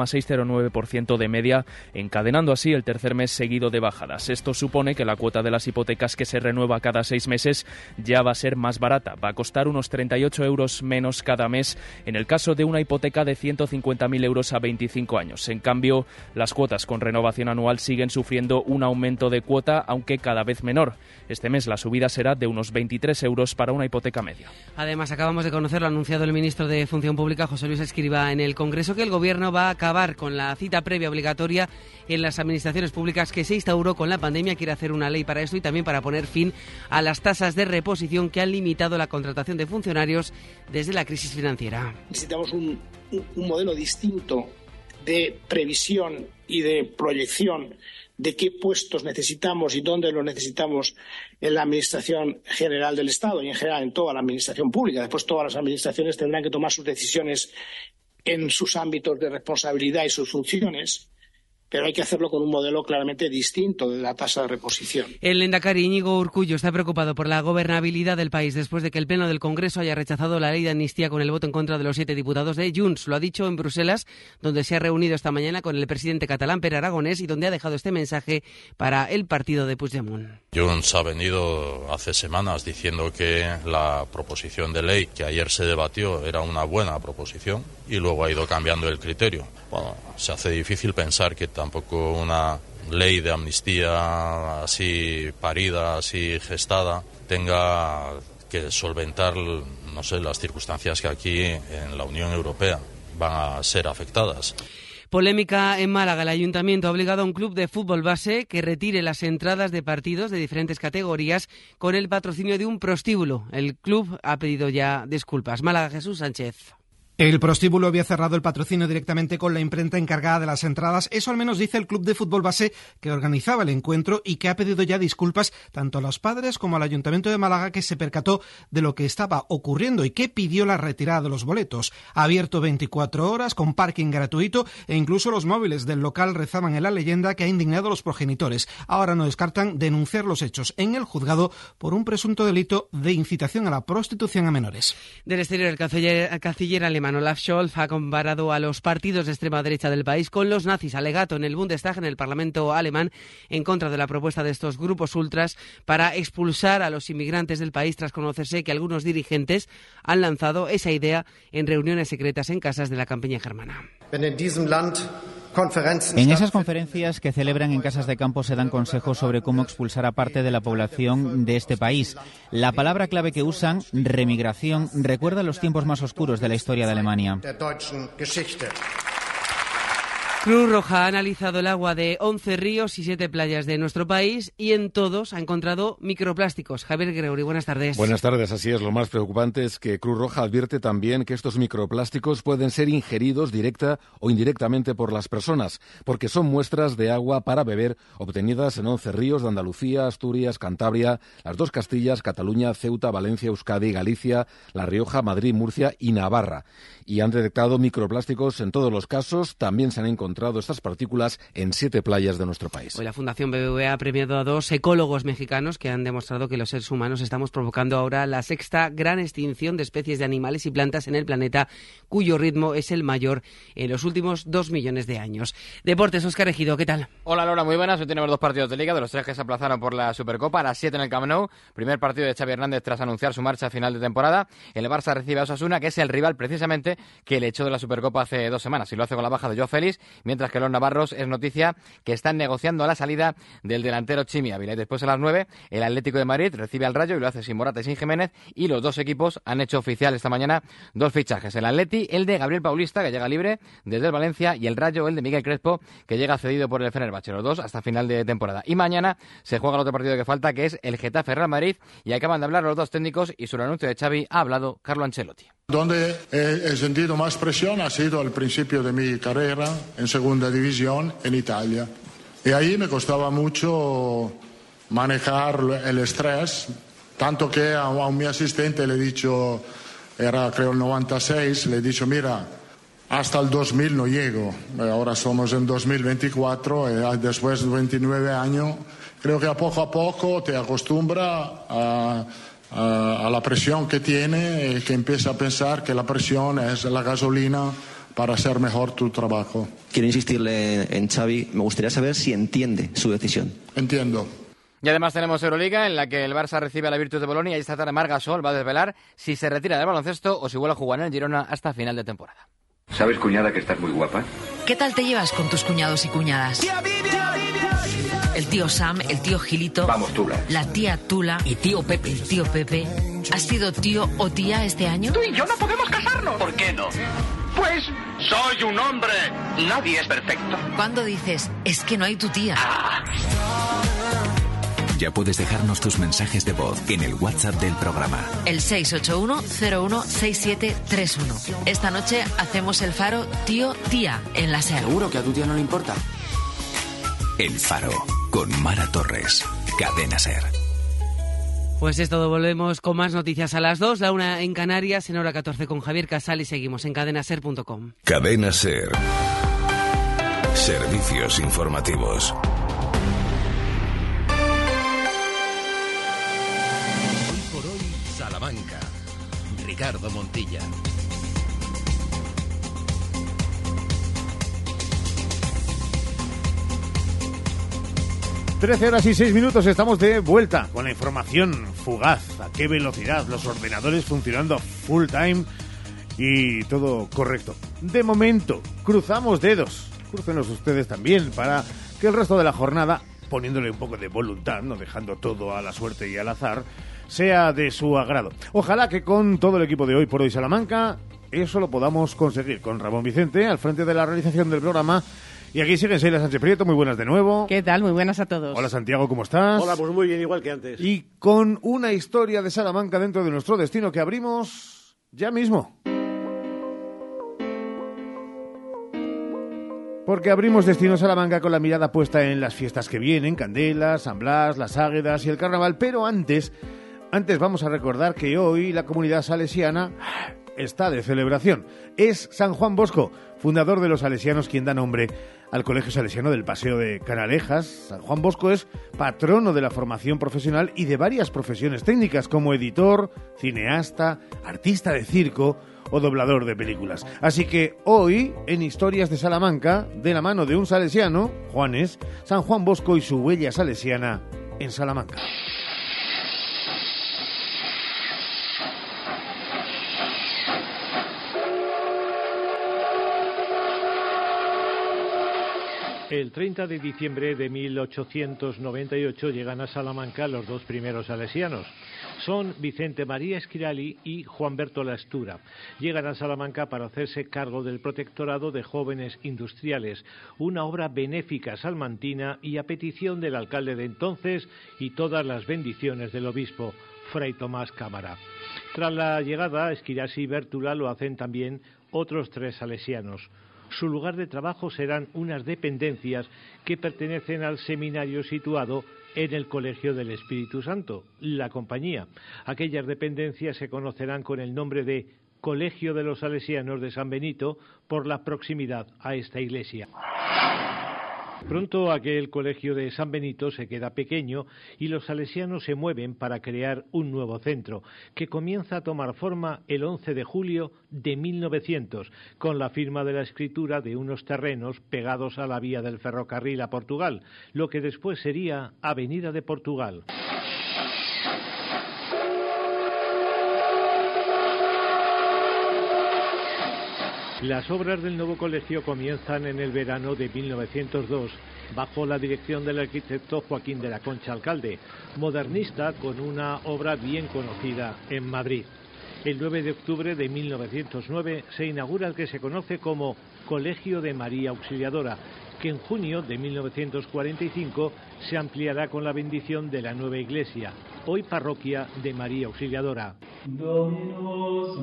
3,609% de media, encadenando así el tercer mes seguido de bajadas. Esto supone que la cuota de las hipotecas que se renueva cada 6 meses ya va a ser más barata. Va a costar unos 38 euros menos cada mes en el caso de una hipoteca de 150.000 euros a 25 años. En cambio, las cuotas con renovación anual siguen sufriendo un aumento de cuota, aunque cada vez menor. Este mes la subida será de unos 23 euros para una hipoteca media. Además, acabamos de conocer, lo ha anunciado el ministro de Función Pública, José Luis Escrivá, en el Congreso, que el Gobierno va a acabar con la cita previa obligatoria en las administraciones públicas que se instauró con la pandemia. Quiere hacer una ley para esto y también para poner fin a las tasas de reposición que han limitado la contratación de funcionarios desde la crisis financiera. Necesitamos un modelo distinto de previsión y de proyección de qué puestos necesitamos y dónde los necesitamos en la Administración General del Estado y en general en toda la Administración Pública. Después todas las administraciones tendrán que tomar sus decisiones en sus ámbitos de responsabilidad y sus funciones, pero hay que hacerlo con un modelo claramente distinto de la tasa de reposición. El lehendakari Íñigo Urkullu está preocupado por la gobernabilidad del país después de que el Pleno del Congreso haya rechazado la ley de amnistía con el voto en contra de los 7 diputados de Junts. Lo ha dicho en Bruselas, donde se ha reunido esta mañana con el presidente catalán Pere Aragonés y donde ha dejado este mensaje para el partido de Puigdemont. Junts ha venido hace semanas diciendo que la proposición de ley que ayer se debatió era una buena proposición y luego ha ido cambiando el criterio. Bueno, se hace difícil pensar que tampoco una ley de amnistía así parida, así gestada, tenga que solventar, no sé, las circunstancias que aquí en la Unión Europea van a ser afectadas. Polémica en Málaga. El ayuntamiento ha obligado a un club de fútbol base que retire las entradas de partidos de diferentes categorías con el patrocinio de un prostíbulo. El club ha pedido ya disculpas. Málaga, Jesús Sánchez. El prostíbulo había cerrado el patrocinio directamente con la imprenta encargada de las entradas. Eso al menos dice el club de fútbol base que organizaba el encuentro y que ha pedido ya disculpas tanto a los padres como al Ayuntamiento de Málaga, que se percató de lo que estaba ocurriendo y que pidió la retirada de los boletos. Ha abierto 24 horas con parking gratuito e incluso los móviles del local rezaban en la leyenda que ha indignado a los progenitores. Ahora no descartan denunciar los hechos en el juzgado por un presunto delito de incitación a la prostitución a menores. Del exterior, el canciller alemán Olaf Scholz ha comparado a los partidos de extrema derecha del país con los nazis, alegato en el Bundestag, en el Parlamento alemán, en contra de la propuesta de estos grupos ultras para expulsar a los inmigrantes del país, tras conocerse que algunos dirigentes han lanzado esa idea en reuniones secretas en casas de la campiña germana. En esas conferencias que celebran en casas de campo se dan consejos sobre cómo expulsar a parte de la población de este país. La palabra clave que usan, remigración, recuerda los tiempos más oscuros de la historia de Alemania. Cruz Roja ha analizado el agua de 11 ríos y 7 playas de nuestro país y en todos ha encontrado microplásticos. Javier Gregory, buenas tardes. Buenas tardes, así es. Lo más preocupante es que Cruz Roja advierte también que estos microplásticos pueden ser ingeridos directa o indirectamente por las personas, porque son muestras de agua para beber obtenidas en 11 ríos de Andalucía, Asturias, Cantabria, las dos Castillas, Cataluña, Ceuta, Valencia, Euskadi, Galicia, La Rioja, Madrid, Murcia y Navarra. Y han detectado microplásticos en todos los casos. También se han encontrado encontrado estas partículas en 7 playas de nuestro país. Hoy la Fundación BBVA ha premiado a 2 ecólogos mexicanos que han demostrado que los seres humanos estamos provocando ahora la 6ª gran extinción de especies de animales y plantas en el planeta, cuyo ritmo es el mayor en los últimos 2 millones de años. Deportes, Óscar Ejido, ¿qué tal? Hola Laura, muy buenas. Hoy tenemos 2 partidos de Liga, de los 3 que se aplazaron por la Supercopa, a las 7 en el Camp Nou. Primer partido de Xavi Hernández tras anunciar su marcha a final de temporada. El Barça recibe a Osasuna, que es el rival precisamente que le echó de la Supercopa hace 2 semanas, y lo hace con la baja de Joao Félix, mientras que los navarros es noticia que están negociando a la salida del delantero Chimi Ávila. Y después a las 9, el Atlético de Madrid recibe al Rayo y lo hace sin Morata y sin Jiménez, y los 2 equipos han hecho oficial esta mañana 2 fichajes. El Atleti, el de Gabriel Paulista, que llega libre desde el Valencia, y el Rayo, el de Miguel Crespo, que llega cedido por el Fenerbahce, los 2 hasta final de temporada. Y mañana se juega el otro partido que falta, que es el Getafe-Real Madrid, y acaban de hablar los 2 técnicos, y sobre el anuncio de Xavi ha hablado Carlo Ancelotti. Donde he sentido más presión ha sido al principio de mi carrera en segunda división en Italia. Y ahí me costaba mucho manejar el estrés, tanto que a mi asistente le he dicho, era creo el 96, le he dicho, mira, hasta el 2000 no llego. Ahora somos en 2024 y después de 29 años, creo que a poco te acostumbra a la presión que tiene y que empieza a pensar que la presión es la gasolina para hacer mejor tu trabajo. Quiero insistirle en Xavi, me gustaría saber si entiende su decisión. Entiendo. Y además tenemos Euroliga, en la que el Barça recibe a la Virtus de Bolonia, y esta tarde Marc Gasol va a desvelar si se retira del baloncesto o si vuelve a jugar en el Girona hasta final de temporada. ¿Sabes, cuñada, que estás muy guapa? ¿Qué tal te llevas con tus cuñados y cuñadas? El tío Sam, el tío Gilito. Vamos, Tula. La tía Tula. Y tío Pepe. El tío Pepe. ¿Has sido tío o tía este año? Tú y yo no podemos casarnos. ¿Por qué no? Pues soy un hombre. Nadie es perfecto. ¿Cuándo dices, es que no hay tu tía? Ya puedes dejarnos tus mensajes de voz en el WhatsApp del programa. El 681-016731. Esta noche hacemos el faro tío-tía en la SER. ¿Seguro que a tu tía no le importa? El Faro, con Mara Torres. Cadena SER. Pues es todo, volvemos con más noticias a las 2, la 1 en Canarias, en hora 14 con Javier Casal, y seguimos en cadenaser.com. Cadena SER. Servicios informativos. Hoy por hoy, Salamanca. Ricardo Montilla. 13 horas y 6 minutos, estamos de vuelta con la información fugaz. ¿A qué velocidad? Los ordenadores funcionando full time y todo correcto. De momento, cruzamos dedos. Crúcenos ustedes también para que el resto de la jornada, poniéndole un poco de voluntad, no dejando todo a la suerte y al azar, sea de su agrado. Ojalá que con todo el equipo de Hoy por Hoy Salamanca eso lo podamos conseguir. Con Ramón Vicente al frente de la realización del programa. Y aquí siguen Sheila Sánchez Prieto, muy buenas de nuevo. ¿Qué tal? Muy buenas a todos. Hola Santiago, ¿cómo estás? Hola, pues muy bien, igual que antes. Y con una historia de Salamanca dentro de nuestro destino que abrimos ya mismo. Porque abrimos Destino Salamanca con la mirada puesta en las fiestas que vienen, Candela, San Blas, las Águedas y el Carnaval. Pero antes vamos a recordar que hoy la comunidad salesiana está de celebración. Es San Juan Bosco, fundador de los salesianos, quien da nombre al Colegio Salesiano del Paseo de Canalejas. San Juan Bosco es patrono de la formación profesional y de varias profesiones técnicas como editor, cineasta, artista de circo o doblador de películas. Así que hoy, en Historias de Salamanca, de la mano de un salesiano, Juanes, San Juan Bosco y su huella salesiana en Salamanca. El 30 de diciembre de 1898 llegan a Salamanca los 2 primeros salesianos. Son Vicente María Esquirali y Juan Berto Lastura. Llegan a Salamanca para hacerse cargo del Protectorado de Jóvenes Industriales, una obra benéfica salmantina y a petición del alcalde de entonces y todas las bendiciones del obispo, Fray Tomás Cámara. Tras la llegada, Esquirasi y Bértula lo hacen también otros 3 salesianos. Su lugar de trabajo serán unas dependencias que pertenecen al seminario situado en el Colegio del Espíritu Santo, la Compañía. Aquellas dependencias se conocerán con el nombre de Colegio de los Salesianos de San Benito por la proximidad a esta iglesia. Pronto aquel colegio de San Benito se queda pequeño y los salesianos se mueven para crear un nuevo centro, que comienza a tomar forma el 11 de julio de 1900, con la firma de la escritura de unos terrenos pegados a la vía del ferrocarril a Portugal, lo que después sería Avenida de Portugal. Las obras del nuevo colegio comienzan en el verano de 1902, bajo la dirección del arquitecto Joaquín de la Concha Alcalde, modernista con una obra bien conocida en Madrid. El 9 de octubre de 1909 se inaugura el que se conoce como Colegio de María Auxiliadora, que en junio de 1945 se ampliará con la bendición de la nueva iglesia, hoy parroquia de María Auxiliadora. Dominus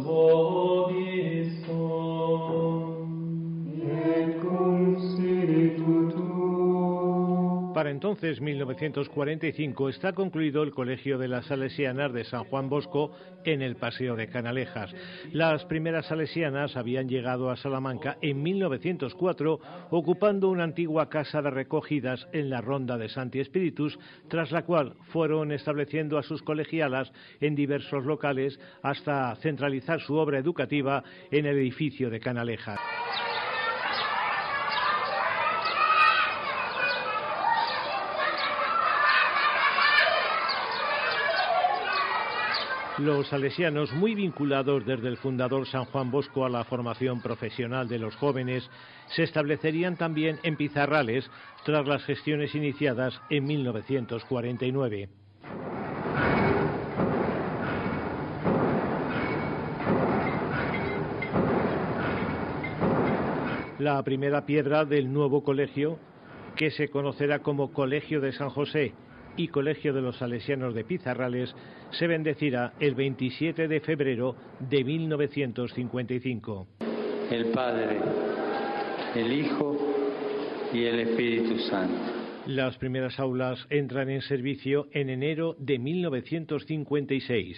vobiscum, et cum spiritu tuo. Para entonces, 1945, está concluido el Colegio de las Salesianas de San Juan Bosco en el Paseo de Canalejas. Las primeras salesianas habían llegado a Salamanca en 1904, ocupando una antigua casa de recogidas en la Ronda de Santi Espíritus, tras la cual fueron estableciendo a sus colegialas en diversos locales hasta centralizar su obra educativa en el edificio de Canalejas. Los salesianos, muy vinculados desde el fundador San Juan Bosco a la formación profesional de los jóvenes, se establecerían también en Pizarrales tras las gestiones iniciadas en 1949. La primera piedra del nuevo colegio, que se conocerá como Colegio de San José y Colegio de los Salesianos de Pizarrales, se bendecirá el 27 de febrero de 1955. El Padre, el Hijo y el Espíritu Santo. Las primeras aulas entran en servicio en enero de 1956.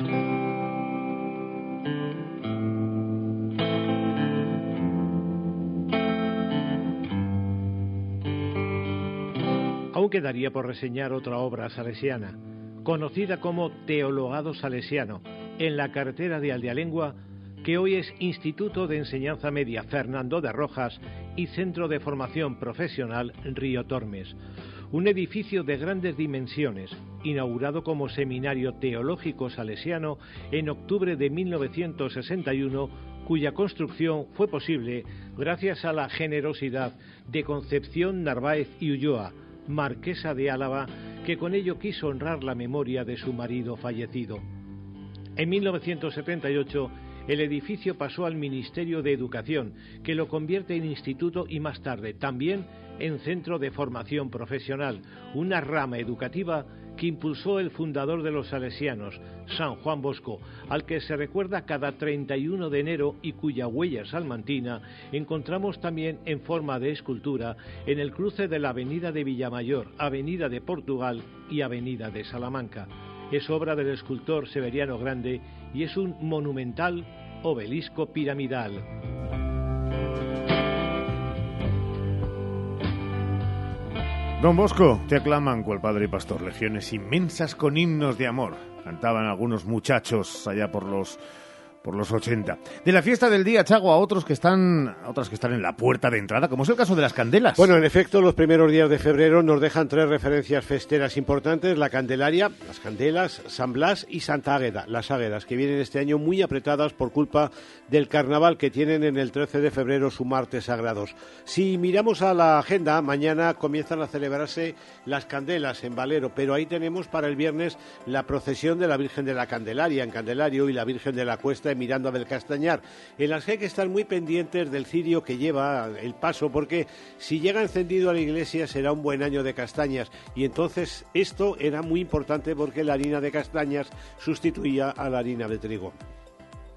Aún quedaría por reseñar otra obra salesiana, conocida como Teologado Salesiano, en la carretera de Aldealengua, que hoy es Instituto de Enseñanza Media Fernando de Rojas y Centro de Formación Profesional Río Tormes. Un edificio de grandes dimensiones, inaugurado como Seminario Teológico Salesiano en octubre de 1961, cuya construcción fue posible gracias a la generosidad de Concepción Narváez y Ulloa, marquesa de Álava, que con ello quiso honrar la memoria de su marido fallecido. En 1978, el edificio pasó al Ministerio de Educación, que lo convierte en instituto y más tarde también en centro de formación profesional, una rama educativa que impulsó el fundador de los salesianos, San Juan Bosco, al que se recuerda cada 31 de enero y cuya huella salmantina encontramos también en forma de escultura en el cruce de la Avenida de Villamayor, Avenida de Portugal y Avenida de Salamanca. Es obra del escultor Severiano Grande y es un monumental obelisco piramidal. Don Bosco, te aclaman cual padre y pastor, legiones inmensas con himnos de amor. Cantaban algunos muchachos allá por los 80. De la fiesta del día, Chago, a otras que están en la puerta de entrada, como es el caso de las candelas. Bueno, en efecto, los primeros días de febrero nos dejan tres referencias festeras importantes: la Candelaria, las Candelas, San Blas y Santa Águeda, las Águedas, que vienen este año muy apretadas por culpa del carnaval que tienen en el 13 de febrero su martes sagrados. Si miramos a la agenda, mañana comienzan a celebrarse las Candelas en Valero, pero ahí tenemos para el viernes la procesión de la Virgen de la Candelaria en Candelario y la Virgen de la Cuesta en Miranda del Castañar, en las que hay que estar muy pendientes del cirio que lleva el paso, porque si llega encendido a la iglesia será un buen año de castañas, y entonces esto era muy importante porque la harina de castañas sustituía a la harina de trigo.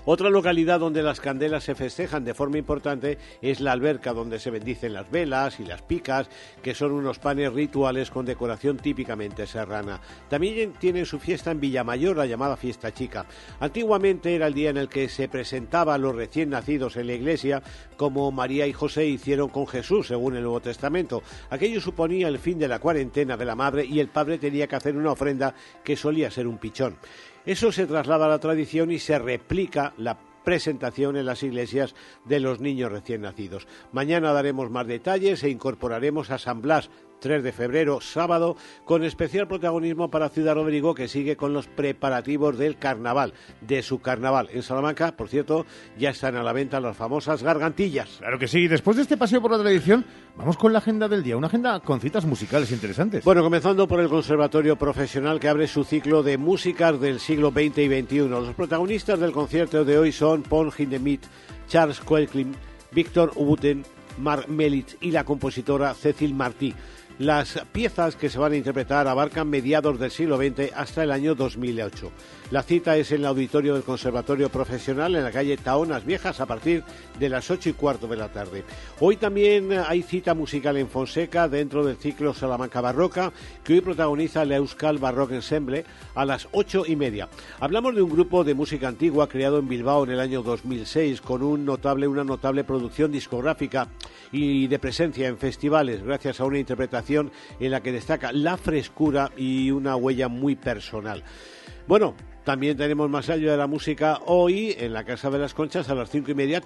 Otra localidad donde las candelas se festejan de forma importante es la Alberca, donde se bendicen las velas y las picas, que son unos panes rituales con decoración típicamente serrana. También tienen su fiesta en Villamayor, la llamada Fiesta Chica. Antiguamente era el día en el que se presentaba a los recién nacidos en la iglesia, como María y José hicieron con Jesús, según el Nuevo Testamento. Aquello suponía el fin de la cuarentena de la madre y el padre tenía que hacer una ofrenda que solía ser un pichón. Eso se traslada a la tradición y se replica la presentación en las iglesias de los niños recién nacidos. Mañana daremos más detalles e incorporaremos a San Blas, 3 de febrero, sábado, con especial protagonismo para Ciudad Rodrigo, que sigue con los preparativos del carnaval, de su carnaval. En Salamanca, por cierto, ya están a la venta las famosas gargantillas. Claro que sí. Después de este paseo por la tradición, vamos con la agenda del día, una agenda con citas musicales interesantes. Bueno, comenzando por el Conservatorio Profesional, que abre su ciclo de músicas del siglo XX y XXI. Los protagonistas del concierto de hoy son Paul Hindemith, Charles Koechlin, Víctor Ubuten, Mark Melitz y la compositora Cecil Martí. Las piezas que se van a interpretar abarcan mediados del siglo XX hasta el año 2008. La cita es en el auditorio del Conservatorio Profesional, en la calle Taonas Viejas, a partir de las 8:15 de la tarde. Hoy también hay cita musical en Fonseca, dentro del ciclo Salamanca Barroca, que hoy protagoniza el Euskal Baroque Ensemble a las 8:30. Hablamos de un grupo de música antigua creado en Bilbao en el año 2006, con una notable producción discográfica y de presencia en festivales, gracias a una interpretación en la que destaca la frescura y una huella muy personal. Bueno, también tenemos más allá de la música hoy en la Casa de las Conchas a las 5:30,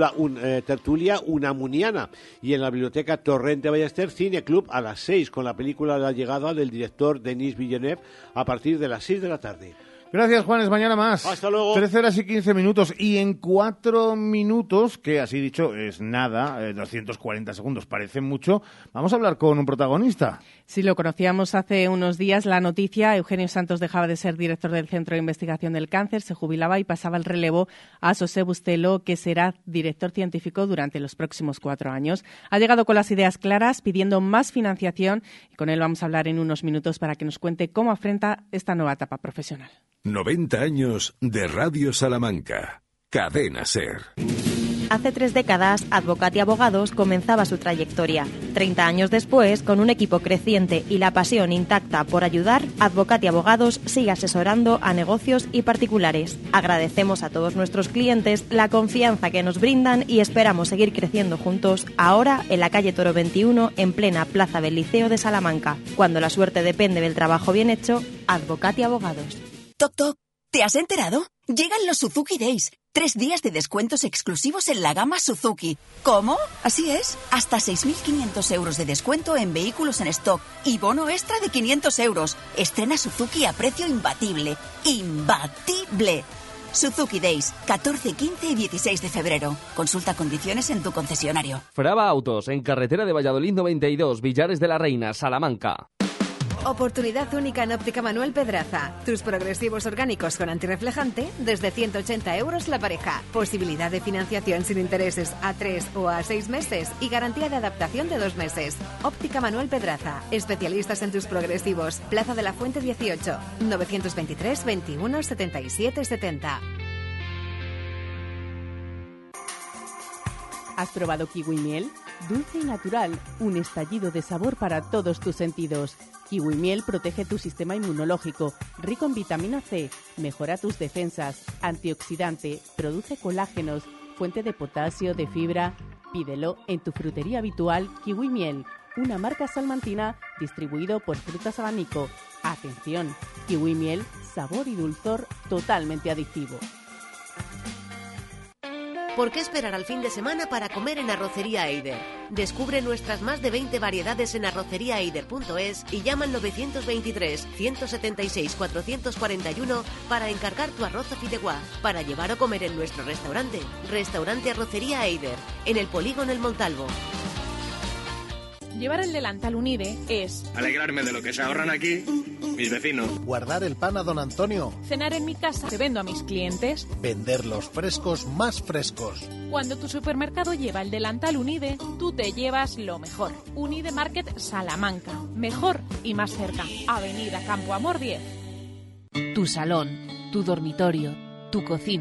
tertulia unamuniana, y en la Biblioteca Torrente Ballester Cine Club a las 6 con la película La Llegada del director Denis Villeneuve a partir de las 6 de la tarde. Gracias, Juanes. Mañana más. Hasta luego. 13 horas y 15 minutos. Y en 4 minutos, que así dicho es nada, 240 segundos, parece mucho, vamos a hablar con un protagonista. Sí, lo conocíamos hace unos días, la noticia. Eugenio Santos dejaba de ser director del Centro de Investigación del Cáncer, se jubilaba y pasaba el relevo a José Bustelo, que será director científico durante los próximos 4 años. Ha llegado con las ideas claras, pidiendo más financiación, y con él vamos a hablar en unos minutos para que nos cuente cómo afronta esta nueva etapa profesional. 90 años de Radio Salamanca. Cadena SER. Hace 3 décadas, Advocat y Abogados comenzaba su trayectoria. 30 años después, con un equipo creciente y la pasión intacta por ayudar, Advocat y Abogados sigue asesorando a negocios y particulares. Agradecemos a todos nuestros clientes la confianza que nos brindan y esperamos seguir creciendo juntos, ahora en la calle Toro 21, en plena plaza del Liceo de Salamanca. Cuando la suerte depende del trabajo bien hecho, Advocat y Abogados. Toc, toc, ¿te has enterado? Llegan los Suzuki Days. 3 días de descuentos exclusivos en la gama Suzuki. ¿Cómo? Así es. Hasta 6.500 euros de descuento en vehículos en stock y bono extra de 500 euros. Estrena Suzuki a precio imbatible. ¡Imbatible! Suzuki Days, 14, 15 y 16 de febrero. Consulta condiciones en tu concesionario. Frava Autos, en carretera de Valladolid 92, Villares de la Reina, Salamanca. Oportunidad única en Óptica Manuel Pedraza. Tus progresivos orgánicos con antirreflejante desde 180 euros la pareja. Posibilidad de financiación sin intereses a 3 o a 6 meses y garantía de adaptación de 2 meses. Óptica Manuel Pedraza. Especialistas en tus progresivos. Plaza de la Fuente 18. 923 21 77 70. ¿Has probado kiwi miel? Dulce y natural, un estallido de sabor para todos tus sentidos. Kiwi miel protege tu sistema inmunológico, rico en vitamina C, mejora tus defensas, antioxidante, produce colágenos, fuente de potasio, de fibra. Pídelo en tu frutería habitual Kiwi Miel, una marca salmantina distribuido por Frutas Abanico. Atención, Kiwi Miel, sabor y dulzor totalmente adictivo. ¿Por qué esperar al fin de semana para comer en Arrocería Eider? Descubre nuestras más de 20 variedades en arroceriaeider.es y llama al 923-176-441 para encargar tu arroz a fideuá, para llevar o comer en nuestro restaurante. Restaurante Arrocería Eider, en el Polígono El Montalvo. Llevar el delantal Unide es alegrarme de lo que se ahorran aquí mis vecinos. Guardar el pan a don Antonio. Cenar en mi casa que vendo a mis clientes. Vender los frescos más frescos. Cuando tu supermercado lleva el delantal Unide, tú te llevas lo mejor. Unide Market Salamanca. Mejor y más cerca. Avenida Campo Amor 10. Tu salón, tu dormitorio, tu cocina,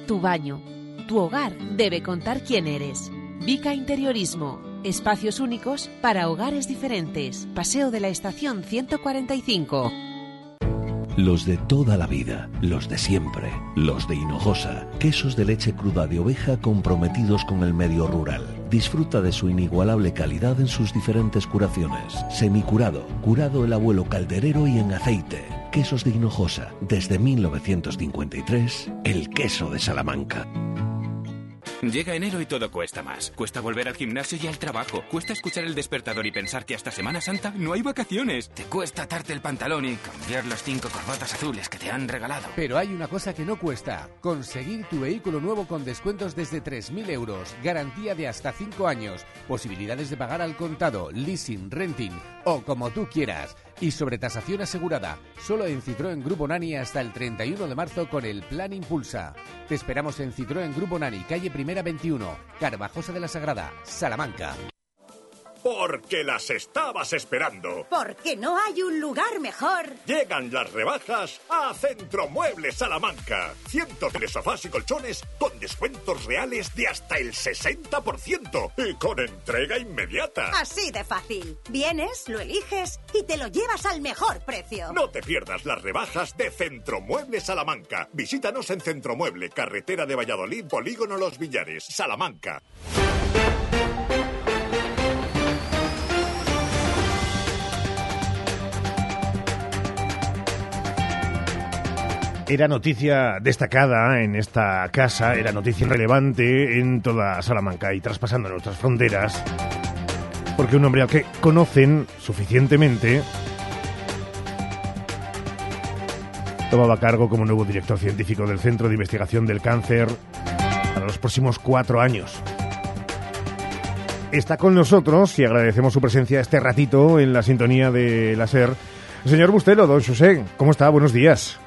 tu baño. Tu hogar debe contar quién eres. Vica Interiorismo. Espacios únicos para hogares diferentes. Paseo de la Estación 145. Los de toda la vida, los de siempre, los de Hinojosa, quesos de leche cruda de oveja comprometidos con el medio rural. Disfruta de su inigualable calidad en sus diferentes curaciones. Semicurado, curado el abuelo calderero y en aceite. Quesos de Hinojosa, desde 1953, el queso de Salamanca. Llega enero y todo cuesta más. Cuesta volver al gimnasio y al trabajo. Cuesta escuchar el despertador y pensar que hasta Semana Santa no hay vacaciones. Te cuesta atarte el pantalón y cambiar las 5 corbatas azules que te han regalado. Pero hay una cosa que no cuesta. Conseguir tu vehículo nuevo con descuentos desde 3.000 euros. Garantía de hasta 5 años. Posibilidades de pagar al contado, leasing, renting o como tú quieras. Y sobretasación asegurada. Solo en Citroën Grupo Nani hasta el 31 de marzo con el Plan Impulsa. Te esperamos en Citroën Grupo Nani, calle Primera 21, Carvajosa de la Sagrada, Salamanca. Porque las estabas esperando. Porque no hay un lugar mejor. Llegan las rebajas a Centromuebles Salamanca. Cientos de sofás y colchones con descuentos reales de hasta el 60% y con entrega inmediata. Así de fácil. Vienes, lo eliges y te lo llevas al mejor precio. No te pierdas las rebajas de Centromuebles Salamanca. Visítanos en Centromueble, carretera de Valladolid, Polígono Los Villares, Salamanca. Era noticia destacada en esta casa, era noticia relevante en toda Salamanca y traspasando nuestras fronteras, porque un hombre al que conocen suficientemente tomaba cargo como nuevo director científico del Centro de Investigación del Cáncer para los próximos 4 años. Está con nosotros y agradecemos su presencia este ratito en la sintonía de la SER. El señor Bustelo, don José, ¿cómo está? Buenos días.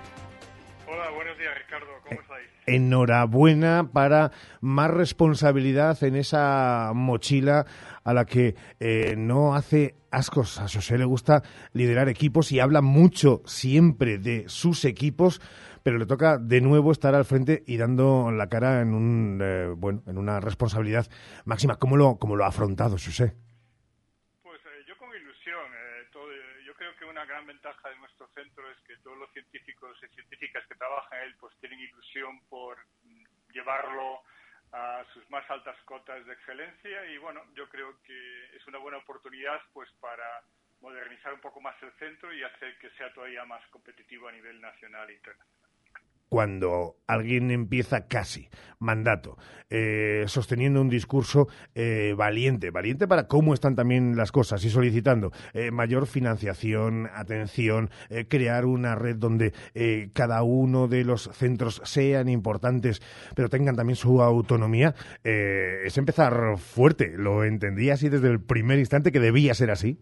Enhorabuena para más responsabilidad en esa mochila a la que no hace ascos. A José le gusta liderar equipos y habla mucho siempre de sus equipos, pero le toca de nuevo estar al frente y dando la cara en en una responsabilidad máxima. ¿Cómo lo ha afrontado, José? Pues yo con ilusión. Yo creo que una gran ventaja de nuestro centro es que todos los científicos y científicas que trabajan en él pues tienen ilusión por llevarlo a sus más altas cotas de excelencia y bueno, yo creo que es una buena oportunidad pues para modernizar un poco más el centro y hacer que sea todavía más competitivo a nivel nacional e internacional. Cuando alguien empieza casi mandato, sosteniendo un discurso valiente para cómo están también las cosas y solicitando mayor financiación, atención, crear una red donde cada uno de los centros sean importantes, pero tengan también su autonomía, es empezar fuerte. ¿Lo entendí así desde el primer instante que debía ser así?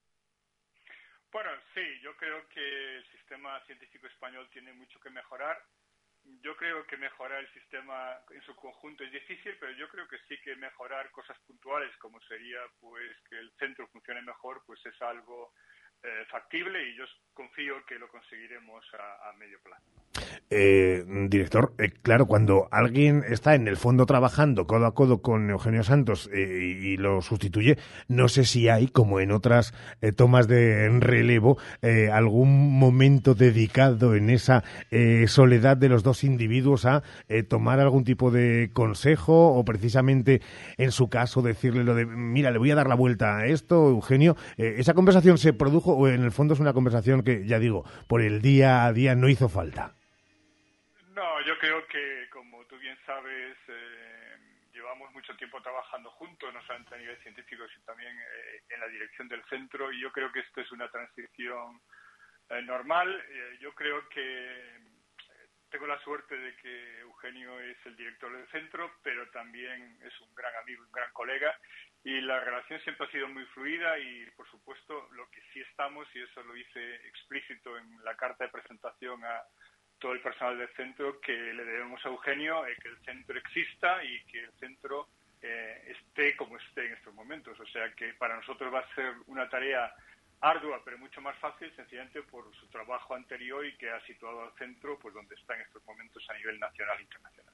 Bueno, sí, yo creo que el sistema científico español tiene mucho que mejorar. Yo creo que mejorar el sistema en su conjunto es difícil, pero yo creo que sí que mejorar cosas puntuales, como sería pues que el centro funcione mejor, pues es algo factible y yo confío que lo conseguiremos a medio plazo. Director, claro, cuando alguien está en el fondo trabajando codo a codo con Eugenio Santos y lo sustituye, no sé si hay, como en otras tomas de relevo, algún momento dedicado en esa soledad de los dos individuos a tomar algún tipo de consejo o precisamente en su caso decirle lo de, mira, le voy a dar la vuelta a esto, Eugenio. ¿Esa conversación se produjo o en el fondo es una conversación que, ya digo, por el día a día no hizo falta? No, yo creo que, como tú bien sabes, llevamos mucho tiempo trabajando juntos, no solamente a nivel científico, sino también en la dirección del centro, y yo creo que esto es una transición normal. Yo creo que tengo la suerte de que Eugenio es el director del centro, pero también es un gran amigo, un gran colega, y la relación siempre ha sido muy fluida y, por supuesto, lo que sí estamos, y eso lo hice explícito en la carta de presentación a todo el personal del centro, que le debemos a Eugenio que el centro exista y que el centro esté como esté en estos momentos. O sea que para nosotros va a ser una tarea ardua, pero mucho más fácil, sencillamente por su trabajo anterior y que ha situado al centro pues donde está en estos momentos a nivel nacional e internacional.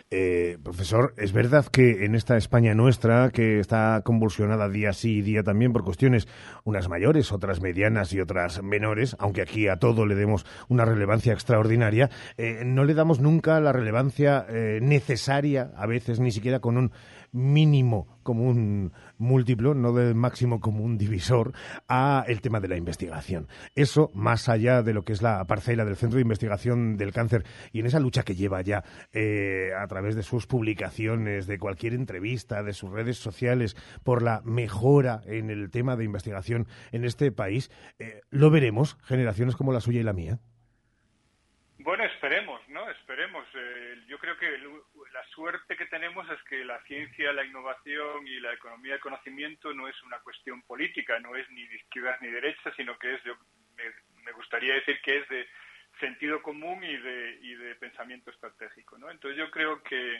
Profesor, es verdad que en esta España nuestra, que está convulsionada día sí y día también por cuestiones unas mayores, otras medianas y otras menores, aunque aquí a todo le demos una relevancia extraordinaria, no le damos nunca la relevancia necesaria, a veces ni siquiera con un mínimo común múltiplo, no del máximo común divisor, a el tema de la investigación. Eso, más allá de lo que es la parcela del Centro de Investigación del Cáncer y en esa lucha que lleva ya a través de sus publicaciones, de cualquier entrevista, de sus redes sociales, por la mejora en el tema de investigación en este país, ¿lo veremos, generaciones como la suya y la mía? Bueno, esperemos, ¿no? Esperemos. Yo creo que la suerte que tenemos es que la ciencia, la innovación y la economía del conocimiento no es una cuestión política, no es ni de izquierdas ni derechas, sino que es, me gustaría decir que es de sentido común y de pensamiento estratégico, ¿no? Entonces yo creo que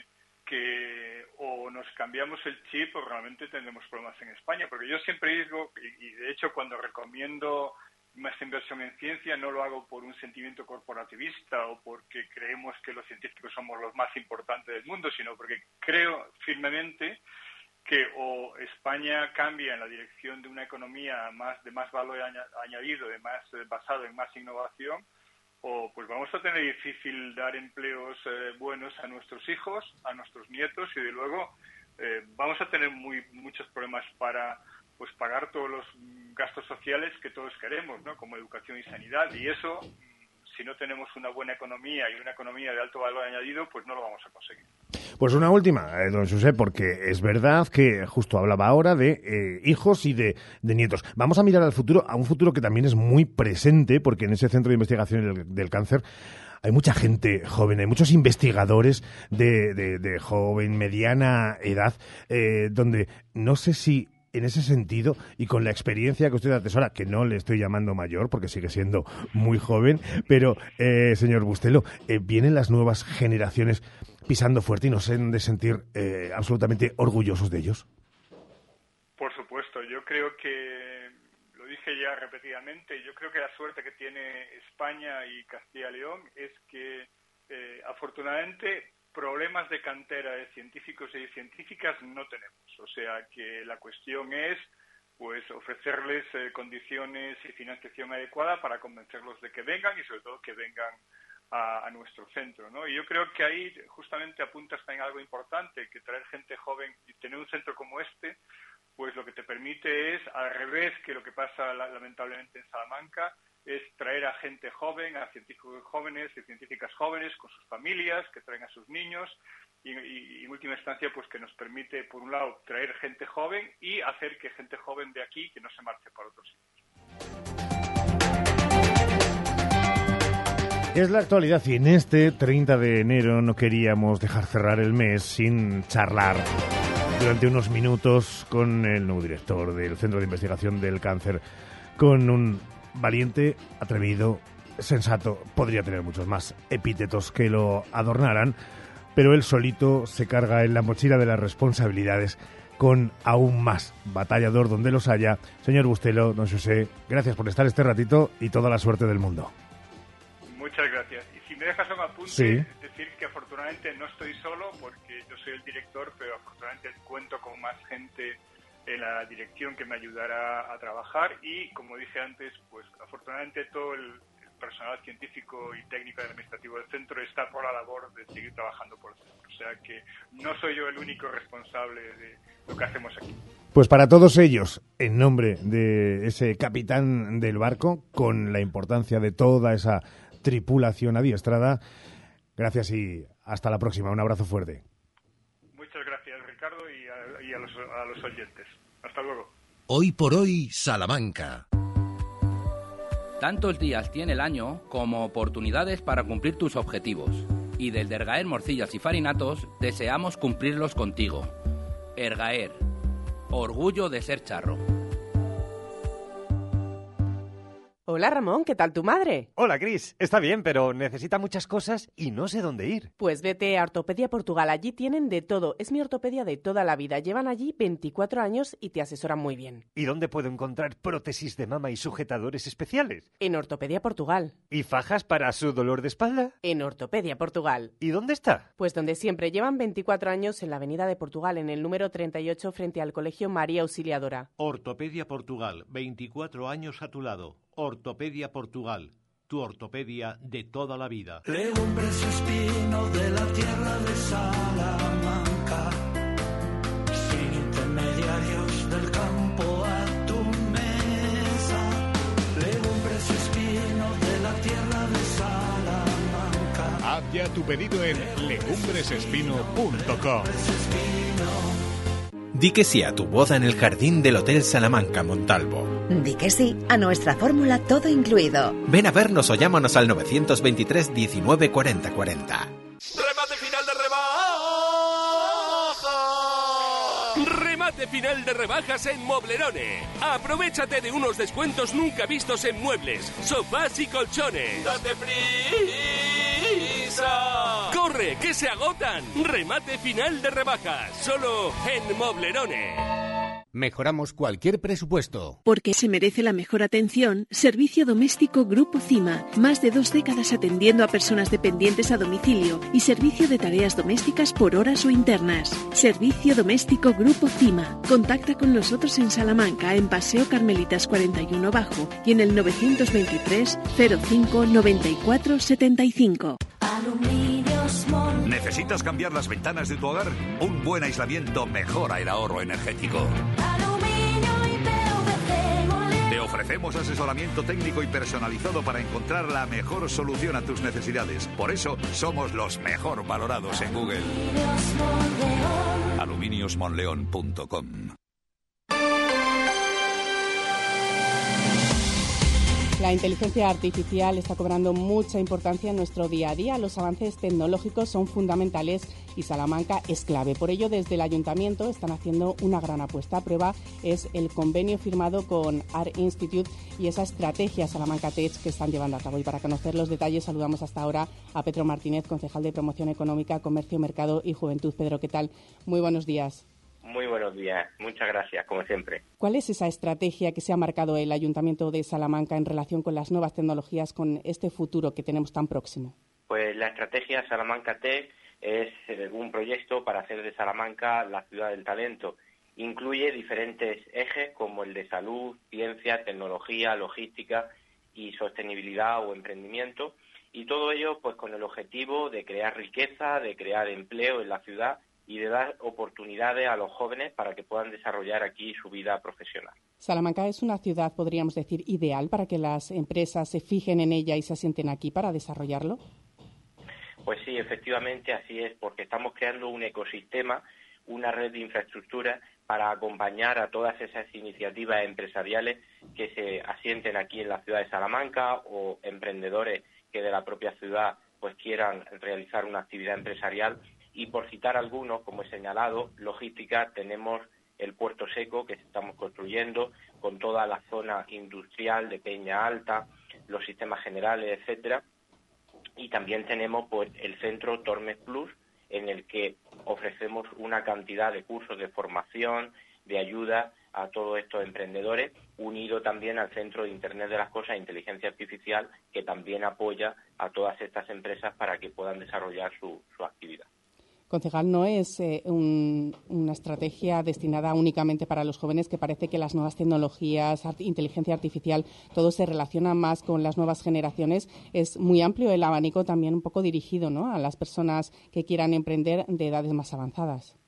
o nos cambiamos el chip o realmente tendremos problemas en España, porque yo siempre digo, y de hecho cuando recomiendo más inversión en ciencia no lo hago por un sentimiento corporativista o porque creemos que los científicos somos los más importantes del mundo, sino porque creo firmemente que o España cambia en la dirección de una economía de más valor añadido, de más basado en más innovación, o pues vamos a tener difícil dar empleos buenos a nuestros hijos, a nuestros nietos, y de luego vamos a tener muchos problemas para pues pagar todos los gastos sociales que todos queremos, ¿no? Como educación y sanidad, y eso, si no tenemos una buena economía y una economía de alto valor añadido, pues no lo vamos a conseguir. Pues una última, don José, porque es verdad que justo hablaba ahora de hijos y de nietos. Vamos a mirar al futuro, a un futuro que también es muy presente, porque en ese Centro de Investigación del Cáncer hay mucha gente joven, hay muchos investigadores de joven, mediana edad, donde no sé si en ese sentido, y con la experiencia que usted atesora, que no le estoy llamando mayor porque sigue siendo muy joven, pero, señor Bustelo, vienen las nuevas generaciones pisando fuerte y nos han de sentir absolutamente orgullosos de ellos. Por supuesto, yo creo que, lo dije ya repetidamente, yo creo que la suerte que tiene España y Castilla y León es que, afortunadamente, problemas de cantera de científicos y de científicas no tenemos. O sea que la cuestión es pues ofrecerles condiciones y financiación adecuada para convencerlos de que vengan y sobre todo que vengan a nuestro centro, ¿no? Y yo creo que ahí justamente apuntas también algo importante, que traer gente joven y tener un centro como este, pues lo que te permite es, al revés que lo que pasa lamentablemente en Salamanca, es traer a gente joven, a científicos jóvenes y científicas jóvenes con sus familias, que traen a sus niños y en última instancia pues que nos permite, por un lado, traer gente joven y hacer que gente joven de aquí que no se marche para otros sitios. Es la actualidad y en este 30 de enero no queríamos dejar cerrar el mes sin charlar durante unos minutos con el nuevo director del Centro de Investigación del Cáncer, con un valiente, atrevido, sensato, podría tener muchos más epítetos que lo adornaran, pero él solito se carga en la mochila de las responsabilidades con aún más batallador donde los haya. Señor Bustelo, don José, gracias por estar este ratito y toda la suerte del mundo. Muchas gracias. Y si me dejas un apunte, sí. Decir que afortunadamente no estoy solo porque yo soy el director, pero afortunadamente cuento con más gente en la dirección que me ayudará a trabajar y, como dije antes, pues afortunadamente todo el personal científico y técnico y administrativo del centro está por la labor de seguir trabajando por el centro. O sea que no soy yo el único responsable de lo que hacemos aquí. Pues para todos ellos, en nombre de ese capitán del barco, con la importancia de toda esa tripulación adiestrada, gracias y hasta la próxima. Un abrazo fuerte. Muchas gracias, Ricardo, y a los oyentes. Hasta luego. Hoy por hoy, Salamanca. Tantos días tiene el año como oportunidades para cumplir tus objetivos. Y desde Ergaer Morcillas y Farinatos deseamos cumplirlos contigo. Ergaer, orgullo de ser charro. Hola Ramón, ¿qué tal tu madre? Hola Cris, está bien, pero necesita muchas cosas y no sé dónde ir. Pues vete a Ortopedia Portugal, allí tienen de todo. Es mi ortopedia de toda la vida. Llevan allí 24 años y te asesoran muy bien. ¿Y dónde puedo encontrar prótesis de mama y sujetadores especiales? En Ortopedia Portugal. ¿Y fajas para su dolor de espalda? En Ortopedia Portugal. ¿Y dónde está? Pues donde siempre. Llevan 24 años en la Avenida de Portugal, en el número 38 frente al Colegio María Auxiliadora. Ortopedia Portugal, 24 años a tu lado. Ortopedia Portugal, tu ortopedia de toda la vida. Legumbres espino de la tierra de Salamanca, sin intermediarios del campo a tu mesa. Legumbres espino de la tierra de Salamanca. Haz ya tu pedido en legumbresespino.com. Di que sí a tu boda en el jardín del Hotel Salamanca Montalvo. Di que sí a nuestra fórmula todo incluido. Ven a vernos o llámanos al 923 19 40 40. ¡Remate final de rebajas! ¡Remate final de rebajas en Moblerone! Aprovechate de unos descuentos nunca vistos en muebles, sofás y colchones. ¡Date prisa! ¡Corre, que se agotan! Remate final de rebajas, solo en Moblerone. Mejoramos cualquier presupuesto. Porque se merece la mejor atención, Servicio Doméstico Grupo CIMA. Más de 2 décadas atendiendo a personas dependientes a domicilio y servicio de tareas domésticas por horas o internas. Servicio Doméstico Grupo CIMA. Contacta con nosotros en Salamanca, en Paseo Carmelitas 41 Bajo y en el 923 05 94 75. ¿Necesitas cambiar las ventanas de tu hogar? Un buen aislamiento mejora el ahorro energético. Te ofrecemos asesoramiento técnico y personalizado para encontrar la mejor solución a tus necesidades. Por eso somos los mejor valorados en Google. aluminiosmonleón.com. La inteligencia artificial está cobrando mucha importancia en nuestro día a día. Los avances tecnológicos son fundamentales y Salamanca es clave. Por ello, desde el Ayuntamiento están haciendo una gran apuesta. Prueba es el convenio firmado con Art Institute y esa estrategia Salamanca Tech que están llevando a cabo. Y para conocer los detalles saludamos hasta ahora a Pedro Martínez, concejal de Promoción Económica, Comercio, Mercado y Juventud. Pedro, ¿qué tal? Muy buenos días. Muy buenos días, muchas gracias, como siempre. ¿Cuál es esa estrategia que se ha marcado el Ayuntamiento de Salamanca en relación con las nuevas tecnologías, con este futuro que tenemos tan próximo? Pues la estrategia Salamanca Tech es un proyecto para hacer de Salamanca la ciudad del talento. Incluye diferentes ejes como el de salud, ciencia, tecnología, logística y sostenibilidad o emprendimiento, y todo ello pues con el objetivo de crear riqueza, de crear empleo en la ciudad y de dar oportunidades a los jóvenes para que puedan desarrollar aquí su vida profesional. Salamanca es una ciudad, podríamos decir, ideal para que las empresas se fijen en ella y se asienten aquí para desarrollarlo. Pues sí, efectivamente así es, porque estamos creando un ecosistema, una red de infraestructura para acompañar a todas esas iniciativas empresariales que se asienten aquí en la ciudad de Salamanca o emprendedores que de la propia ciudad pues quieran realizar una actividad empresarial. Y por citar algunos, como he señalado, logística, tenemos el Puerto Seco que estamos construyendo con toda la zona industrial de Peña Alta, los sistemas generales, etcétera. Y también tenemos pues el centro Tormes Plus, en el que ofrecemos una cantidad de cursos de formación, de ayuda a todos estos emprendedores, unido también al Centro de Internet de las Cosas e Inteligencia Artificial, que también apoya a todas estas empresas para que puedan desarrollar su actividad. Concejal, no es una estrategia destinada únicamente para los jóvenes, que parece que las nuevas tecnologías, inteligencia artificial, todo se relaciona más con las nuevas generaciones. Es muy amplio el abanico, también un poco dirigido, ¿no?, a las personas que quieran emprender de edades más avanzadas.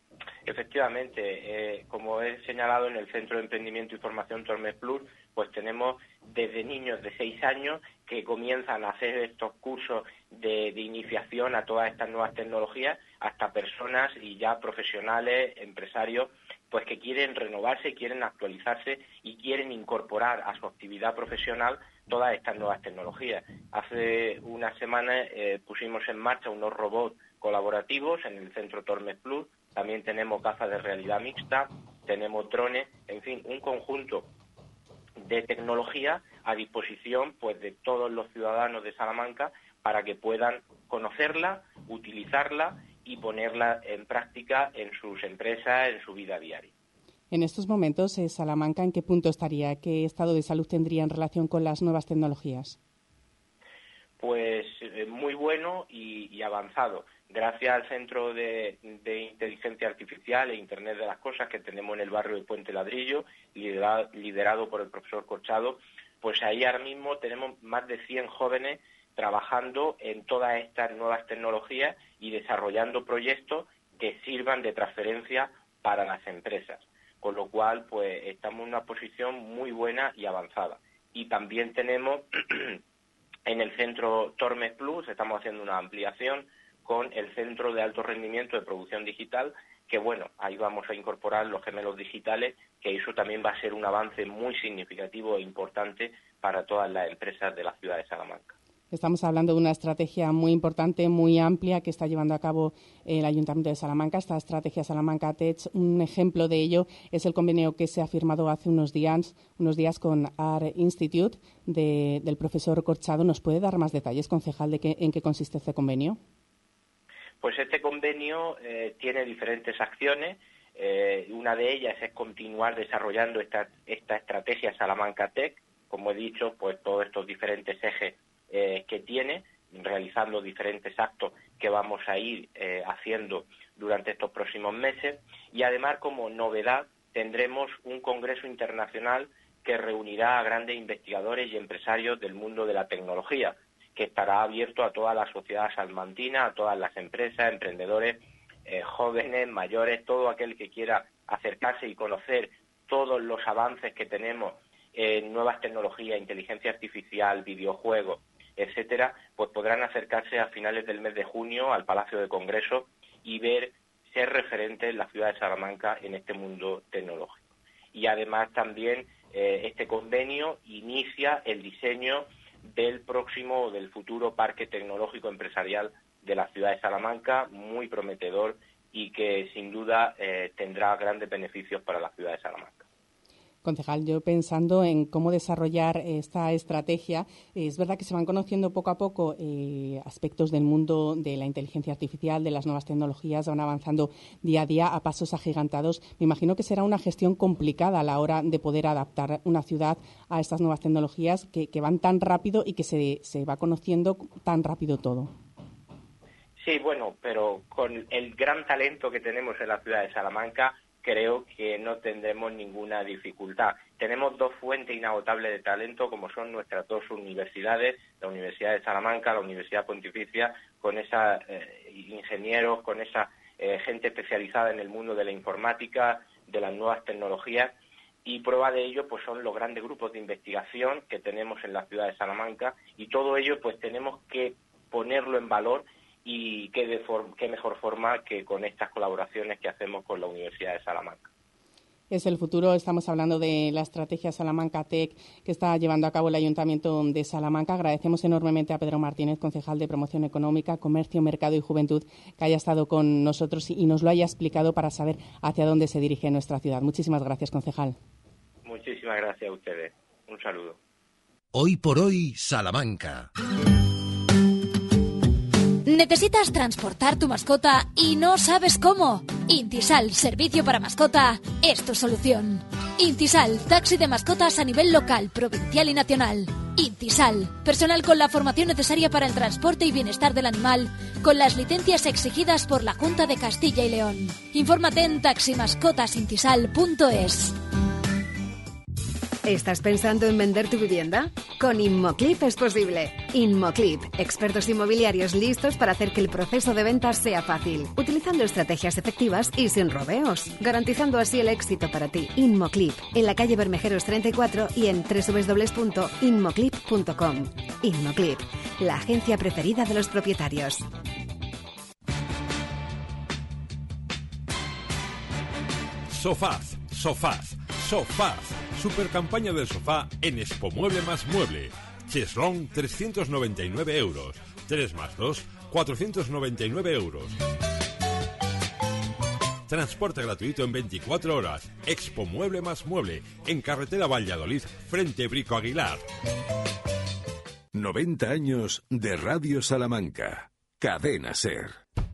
Efectivamente, como he señalado en el Centro de Emprendimiento y Formación Tormes Plus, pues tenemos desde niños de 6 años que comienzan a hacer estos cursos de iniciación a todas estas nuevas tecnologías, hasta personas y ya profesionales, empresarios, pues que quieren renovarse, quieren actualizarse y quieren incorporar a su actividad profesional todas estas nuevas tecnologías. Hace unas semanas pusimos en marcha unos robots colaborativos en el Centro Tormes Plus. También tenemos gafas de realidad mixta, tenemos drones, en fin, un conjunto de tecnología a disposición pues de todos los ciudadanos de Salamanca para que puedan conocerla, utilizarla y ponerla en práctica en sus empresas, en su vida diaria. En estos momentos, Salamanca, ¿en qué punto estaría? ¿Qué estado de salud tendría en relación con las nuevas tecnologías? Pues muy bueno y avanzado. Gracias al Centro de Inteligencia Artificial e Internet de las Cosas que tenemos en el barrio de Puente Ladrillo, liderado por el profesor Corchado, pues ahí ahora mismo tenemos más de 100 jóvenes trabajando en todas estas nuevas tecnologías y desarrollando proyectos que sirvan de transferencia para las empresas. Con lo cual, pues estamos en una posición muy buena y avanzada. Y también tenemos en el centro Tormes Plus, estamos haciendo una ampliación con el Centro de Alto Rendimiento de Producción Digital, que bueno, ahí vamos a incorporar los gemelos digitales, que eso también va a ser un avance muy significativo e importante para todas las empresas de la ciudad de Salamanca. Estamos hablando de una estrategia muy importante, muy amplia, que está llevando a cabo el Ayuntamiento de Salamanca. Esta estrategia Salamanca Tech, un ejemplo de ello es el convenio que se ha firmado hace unos días con Art Institute del profesor Corchado. ¿Nos puede dar más detalles, concejal, en qué consiste este convenio? Pues este convenio tiene diferentes acciones. Una de ellas es continuar desarrollando esta estrategia Salamanca Tech. Como he dicho, pues todos estos diferentes ejes que tiene, realizando diferentes actos que vamos a ir haciendo durante estos próximos meses. Y además, como novedad, tendremos un congreso internacional que reunirá a grandes investigadores y empresarios del mundo de la tecnología, que estará abierto a toda la sociedad salmantina, a todas las empresas, emprendedores, jóvenes, mayores, todo aquel que quiera acercarse y conocer todos los avances que tenemos en nuevas tecnologías, inteligencia artificial, videojuegos, etcétera, pues podrán acercarse a finales del mes de junio al Palacio de Congreso y ser referentes en la ciudad de Salamanca en este mundo tecnológico. Y además también este convenio inicia el diseño del futuro parque tecnológico empresarial de la ciudad de Salamanca, muy prometedor y que sin duda tendrá grandes beneficios para la ciudad de Salamanca. Concejal, yo pensando en cómo desarrollar esta estrategia, es verdad que se van conociendo poco a poco aspectos del mundo de la inteligencia artificial, de las nuevas tecnologías, van avanzando día a día a pasos agigantados. Me imagino que será una gestión complicada a la hora de poder adaptar una ciudad a estas nuevas tecnologías que van tan rápido y que se va conociendo tan rápido todo. Sí, bueno, pero con el gran talento que tenemos en la ciudad de Salamanca, creo que no tendremos ninguna dificultad. Tenemos dos fuentes inagotables de talento, como son nuestras dos universidades, la Universidad de Salamanca, la Universidad Pontificia, con esos ingenieros, con esa gente especializada en el mundo de la informática, de las nuevas tecnologías, y prueba de ello pues son los grandes grupos de investigación que tenemos en la ciudad de Salamanca, y todo ello pues tenemos que ponerlo en valor. Y qué mejor forma que con estas colaboraciones que hacemos con la Universidad de Salamanca. Es el futuro. Estamos hablando de la estrategia Salamanca Tech que está llevando a cabo el Ayuntamiento de Salamanca. Agradecemos enormemente a Pedro Martínez, concejal de Promoción Económica, Comercio, Mercado y Juventud, que haya estado con nosotros y nos lo haya explicado para saber hacia dónde se dirige nuestra ciudad. Muchísimas gracias, concejal. Muchísimas gracias a ustedes. Un saludo. Hoy por hoy, Salamanca. ¿Necesitas transportar tu mascota y no sabes cómo? Intisal, servicio para mascota, es tu solución. Intisal, taxi de mascotas a nivel local, provincial y nacional. Intisal, personal con la formación necesaria para el transporte y bienestar del animal, con las licencias exigidas por la Junta de Castilla y León. Infórmate en taximascotasintisal.es. ¿Estás pensando en vender tu vivienda? Con Inmoclip es posible. Inmoclip, expertos inmobiliarios listos para hacer que el proceso de venta sea fácil, utilizando estrategias efectivas y sin rodeos, garantizando así el éxito para ti. Inmoclip, en la calle Bermejeros 34 y en www.inmoclip.com. Inmoclip, la agencia preferida de los propietarios. Sofaz. Super campaña del sofá en Expo Mueble más Mueble. Cheslong, 399 euros. 3 más 2, 499 euros. Transporte gratuito en 24 horas. Expo Mueble más Mueble, en carretera Valladolid, frente Brico Aguilar. 90 años de Radio Salamanca. Cadena SER.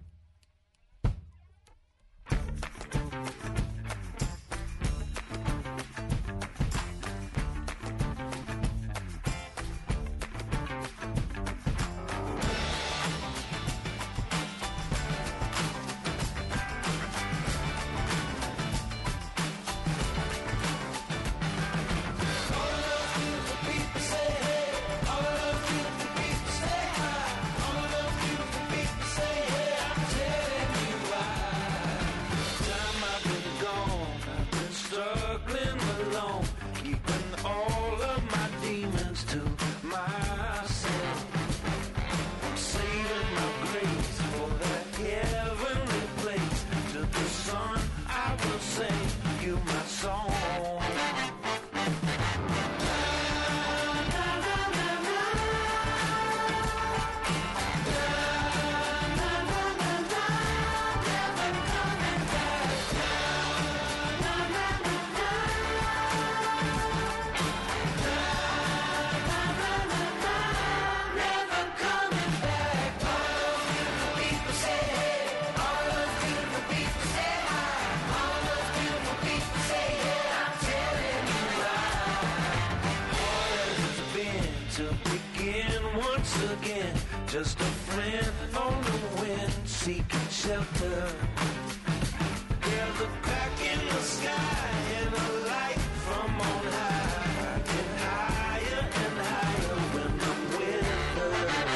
Just a friend on the wind, seeking shelter. There's a crack in the sky and a light from on high, getting higher and higher when I'm with her.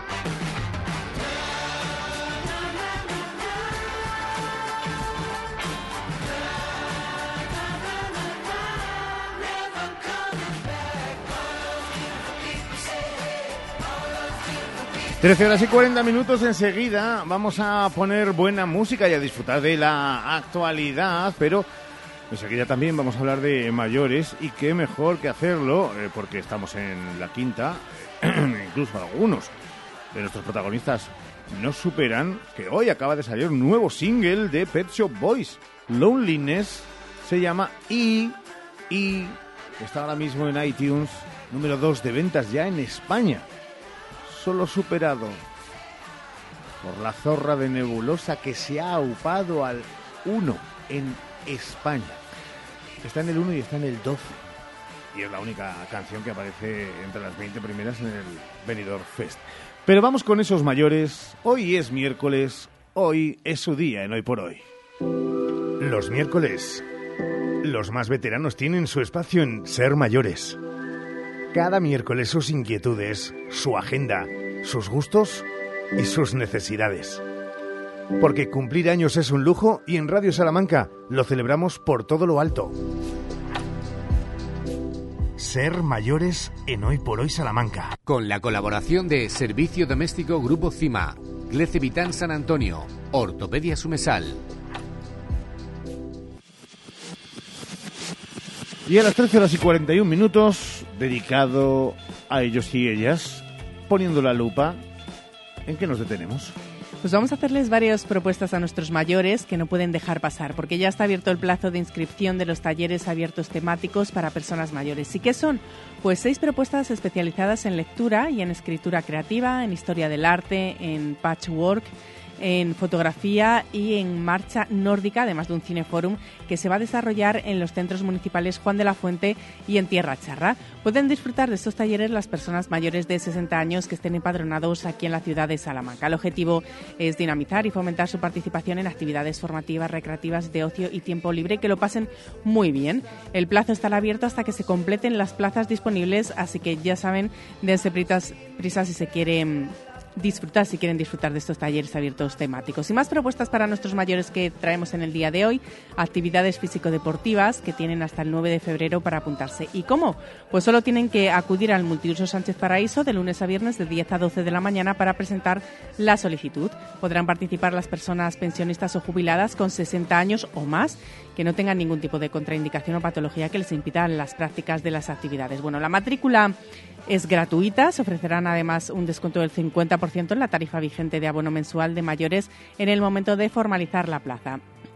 Never coming back. All of people say, hey, all of people. 13 horas y 40 minutos. Enseguida vamos a poner buena música y a disfrutar de la actualidad, pero enseguida también vamos a hablar de mayores, y qué mejor que hacerlo, porque estamos en la quinta, incluso algunos de nuestros protagonistas nos superan, que hoy acaba de salir un nuevo single de Pet Shop Boys, Loneliness, se llama y está ahora mismo en iTunes, número 2 de ventas ya en España. Solo superado por La Zorra de Nebulosa, que se ha aupado al 1 en España. Está en el 1 y está en el 12. Y es la única canción que aparece entre las 20 primeras en el Benidorm Fest. Pero vamos con esos mayores. Hoy es miércoles, hoy es su día en Hoy por Hoy. Los miércoles, los más veteranos tienen su espacio en Ser Mayores. Cada miércoles sus inquietudes, su agenda, sus gustos y sus necesidades. Porque cumplir años es un lujo y en Radio Salamanca lo celebramos por todo lo alto. Ser Mayores en Hoy por Hoy Salamanca. Con la colaboración de Servicio Doméstico Grupo CIMA, Glece Vitán San Antonio, Ortopedia Sumesal. Y a las 13 horas y 41 minutos, dedicado a ellos y ellas, poniendo la lupa, ¿en qué nos detenemos? Pues vamos a hacerles varias propuestas a nuestros mayores que no pueden dejar pasar, porque ya está abierto el plazo de inscripción de los talleres abiertos temáticos para personas mayores. ¿Y qué son? Pues 6 propuestas especializadas en lectura y en escritura creativa, en historia del arte, en patchwork, en fotografía y en marcha nórdica, además de un cineforum que se va a desarrollar en los centros municipales Juan de la Fuente y en Tierra Charra. Pueden disfrutar de estos talleres las personas mayores de 60 años que estén empadronados aquí en la ciudad de Salamanca. El objetivo es dinamizar y fomentar su participación en actividades formativas, recreativas, de ocio y tiempo libre, y que lo pasen muy bien. El plazo estará abierto hasta que se completen las plazas disponibles, así que ya saben, dense prisa si quieren disfrutar de estos talleres abiertos temáticos. Y más propuestas para nuestros mayores que traemos en el día de hoy: actividades físico-deportivas que tienen hasta el 9 de febrero para apuntarse. ¿Y cómo? Pues solo tienen que acudir al Multiuso Sánchez Paraíso de lunes a viernes de 10 a 12 de la mañana para presentar la solicitud. Podrán participar las personas pensionistas o jubiladas con 60 años o más que no tengan ningún tipo de contraindicación o patología que les impida las prácticas de las actividades. Bueno, la matrícula es gratuita. Se ofrecerán además un descuento del 50% en la tarifa vigente de abono mensual de mayores en el momento de formalizar la plaza.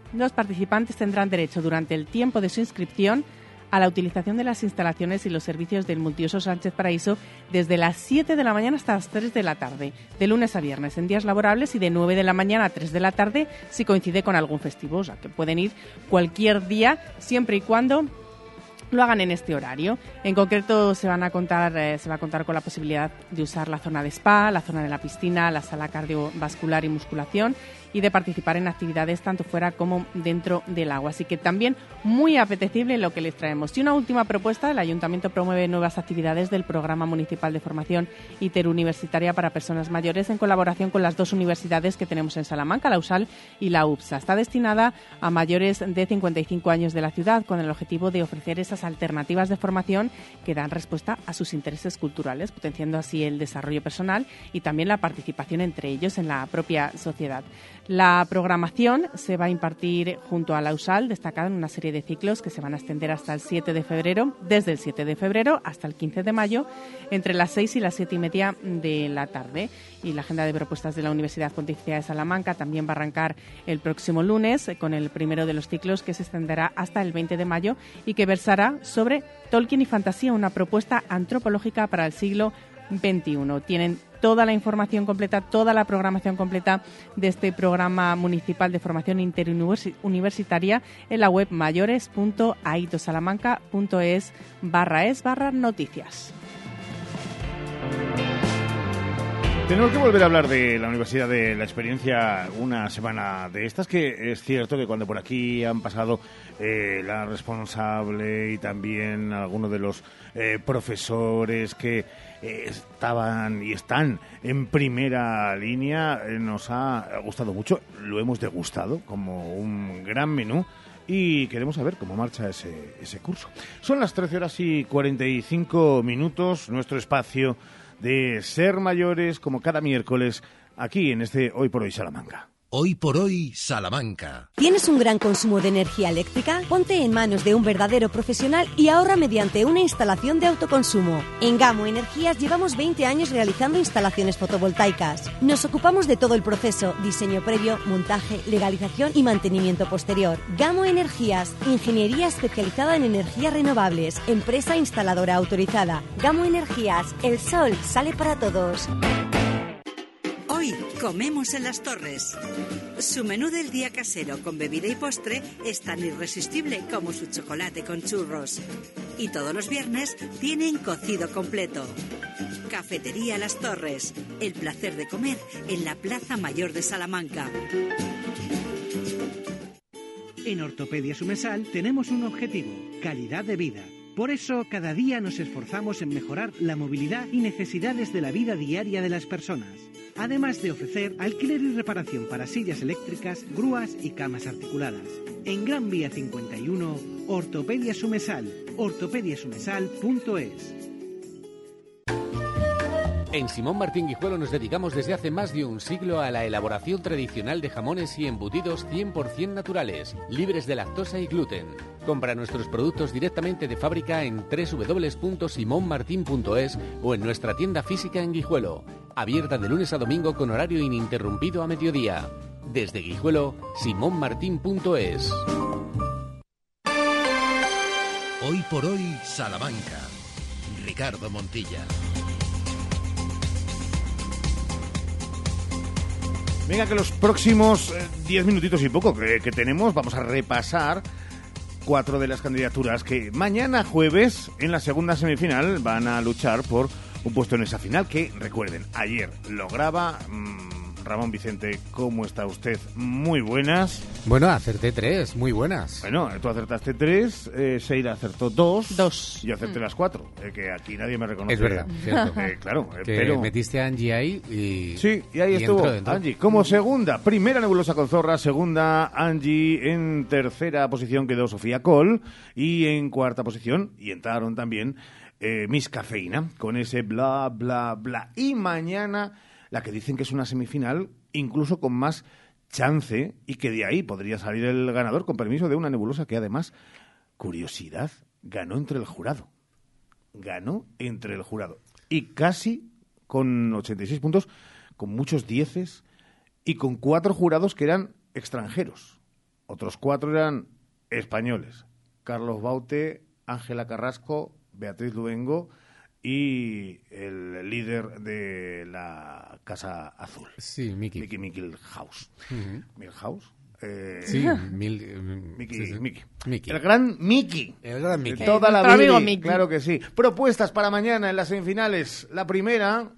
Los participantes tendrán derecho durante el tiempo de su inscripción a la utilización de las instalaciones y los servicios del Multiuso Sánchez Paraíso desde las 7 de la mañana hasta las 3 de la tarde, de lunes a viernes en días laborables y de 9 de la mañana a 3 de la tarde si coincide con algún festivo, o sea que pueden ir cualquier día siempre y cuando lo hagan en este horario. En concreto se va a contar con la posibilidad de usar la zona de spa, la zona de la piscina, la sala cardiovascular y musculación y de participar en actividades tanto fuera como dentro del agua. Así que también muy apetecible lo que les traemos. Y una última propuesta, el Ayuntamiento promueve nuevas actividades del Programa Municipal de Formación Interuniversitaria para Personas Mayores en colaboración con las dos universidades que tenemos en Salamanca, la USAL y la UPSA. Está destinada a mayores de 55 años de la ciudad con el objetivo de ofrecer esas alternativas de formación que dan respuesta a sus intereses culturales, potenciando así el desarrollo personal y también la participación entre ellos en la propia sociedad. La programación se va a impartir junto a la USAL, destacada en una serie de ciclos que se van a extender hasta el 7 de febrero, desde el 7 de febrero hasta el 15 de mayo, entre las 6 y las 7 y media de la tarde. Y la agenda de propuestas de la Universidad Pontificia de Salamanca también va a arrancar el próximo lunes con el primero de los ciclos que se extenderá hasta el 20 de mayo y que versará sobre Tolkien y fantasía, una propuesta antropológica para el siglo XXI. Tienen toda la información completa, toda la programación completa de este programa municipal de formación interuniversitaria en la web mayores.aitosalamanca.es/noticias. Tenemos que volver a hablar de la Universidad de la Experiencia una semana de estas, que es cierto que cuando por aquí han pasado la responsable y también algunos de los profesores que estaban y están en primera línea, nos ha gustado mucho, lo hemos degustado como un gran menú y queremos saber cómo marcha ese curso. Son las 13:45, nuestro espacio de ser mayores, como cada miércoles, aquí en este Hoy por Hoy Salamanca. Hoy por Hoy Salamanca. ¿Tienes un gran consumo de energía eléctrica? Ponte en manos de un verdadero profesional y ahorra mediante una instalación de autoconsumo. En Gamo Energías llevamos 20 años realizando instalaciones fotovoltaicas. Nos ocupamos de todo el proceso, diseño previo, montaje, legalización y mantenimiento posterior. Gamo Energías, ingeniería especializada en energías renovables, empresa instaladora autorizada. Gamo Energías, el sol sale para todos. Hoy comemos en Las Torres. Su menú del día casero con bebida y postre es tan irresistible como su chocolate con churros. Y todos los viernes tienen cocido completo. Cafetería Las Torres. El placer de comer en la Plaza Mayor de Salamanca. En Ortopedia Sumesal tenemos un objetivo: calidad de vida. Por eso, cada día nos esforzamos en mejorar la movilidad y necesidades de la vida diaria de las personas. Además de ofrecer alquiler y reparación para sillas eléctricas, grúas y camas articuladas. En Gran Vía 51, Ortopedia Sumesal, ortopediasumesal.es. En Simón Martín Guijuelo nos dedicamos desde hace más de un siglo a la elaboración tradicional de jamones y embutidos 100% naturales, libres de lactosa y gluten. Compra nuestros productos directamente de fábrica en www.simonmartin.es o en nuestra tienda física en Guijuelo, abierta de lunes a domingo con horario ininterrumpido a mediodía. Desde Guijuelo, simonmartin.es. Hoy por Hoy Salamanca. Ricardo Montilla. Venga, que los próximos 10 minutitos y poco que tenemos, vamos a repasar 4 de las candidaturas que mañana jueves en la segunda semifinal van a luchar por un puesto en esa final que, recuerden, ayer lograba Ramón Vicente. ¿Cómo está usted? Muy buenas. Bueno, acerté 3, muy buenas. Bueno, tú acertaste 3, Seira acertó 2. Yo acerté las 4, que aquí nadie me reconoce. Es verdad, cierto. Claro, que pero metiste a Angie ahí y... Sí, y ahí estuvo entró. Angie como segunda. Primera Nebulosa con Zorra, segunda Angie, en tercera posición quedó Sofía Col y en cuarta posición, y entraron también Miss Cafeína, con ese bla, bla, bla. Y mañana la que dicen que es una semifinal, incluso con más chance, y que de ahí podría salir el ganador, con permiso de una Nebulosa que además, curiosidad, ganó entre el jurado. Y casi con 86 puntos, con muchos dieces, y con 4 jurados que eran extranjeros. Otros 4 eran españoles. Carlos Baute, Ángela Carrasco, Beatriz Luengo y el líder de la Casa Azul. Sí, Mickey. Mickey Milhouse. ¿Milhouse? Mickey. El gran Mickey. El gran Mickey. De toda la Nuestro vida. amigo Mickey. Claro que sí. Propuestas para mañana en las semifinales. La primera,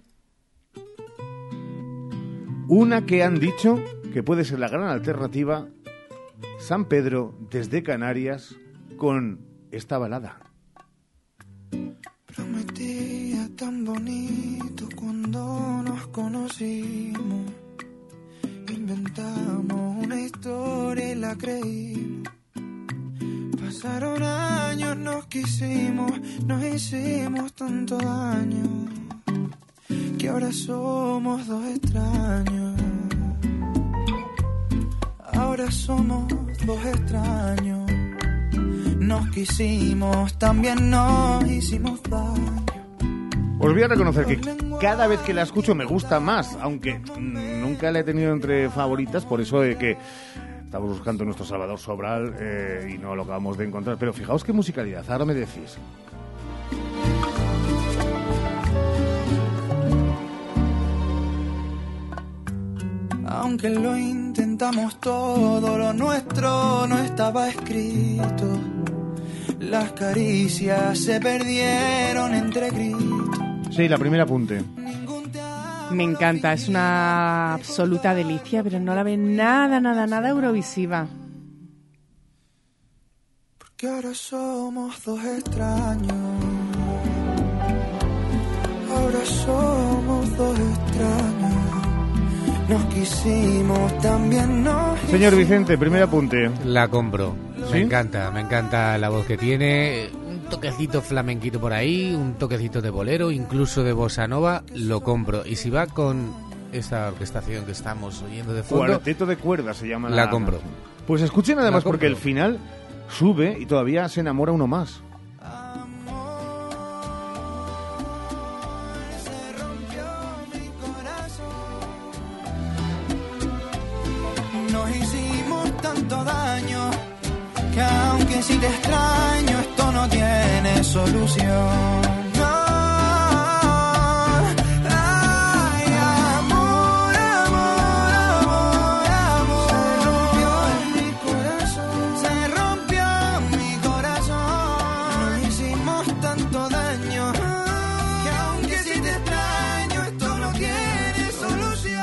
una que han dicho que puede ser la gran alternativa, San Pedro desde Canarias con esta balada. Prometía tan bonito cuando nos conocimos. Inventamos una historia y la creímos. Pasaron años, nos quisimos, nos hicimos tanto daño que ahora somos dos extraños. Ahora somos dos extraños. Nos quisimos, también nos hicimos daño. Os voy a reconocer que cada vez que la escucho me gusta más, aunque nunca la he tenido entre favoritas, por eso de que estamos buscando nuestro Salvador Sobral y no lo acabamos de encontrar. Pero fijaos qué musicalidad, ahora me decís. Aunque lo intentamos todo, lo nuestro no estaba escrito. Las caricias se perdieron entre gritos. Sí, la primera apunte. Me encanta, es una absoluta delicia, pero no la ve nada eurovisiva. Porque ahora somos dos extraños. Ahora somos dos extraños. Nos quisimos, también nos... Señor Vicente, primer apunte. La compro. ¿Sí? Me encanta la voz que tiene. Un toquecito flamenquito por ahí, un toquecito de bolero, incluso de bossa nova, lo compro. Y si va con esa orquestación que estamos oyendo de fondo... Cuarteto de cuerdas se llama la compro. Pues escuchen además porque el final sube y todavía se enamora uno más. Nos hicimos tanto daño que aunque si te extraño esto no tiene solución. No. Ay, amor, amor, amor, amor. Se rompió mi corazón. Nos hicimos tanto daño que aunque si te extraño esto no tiene solución.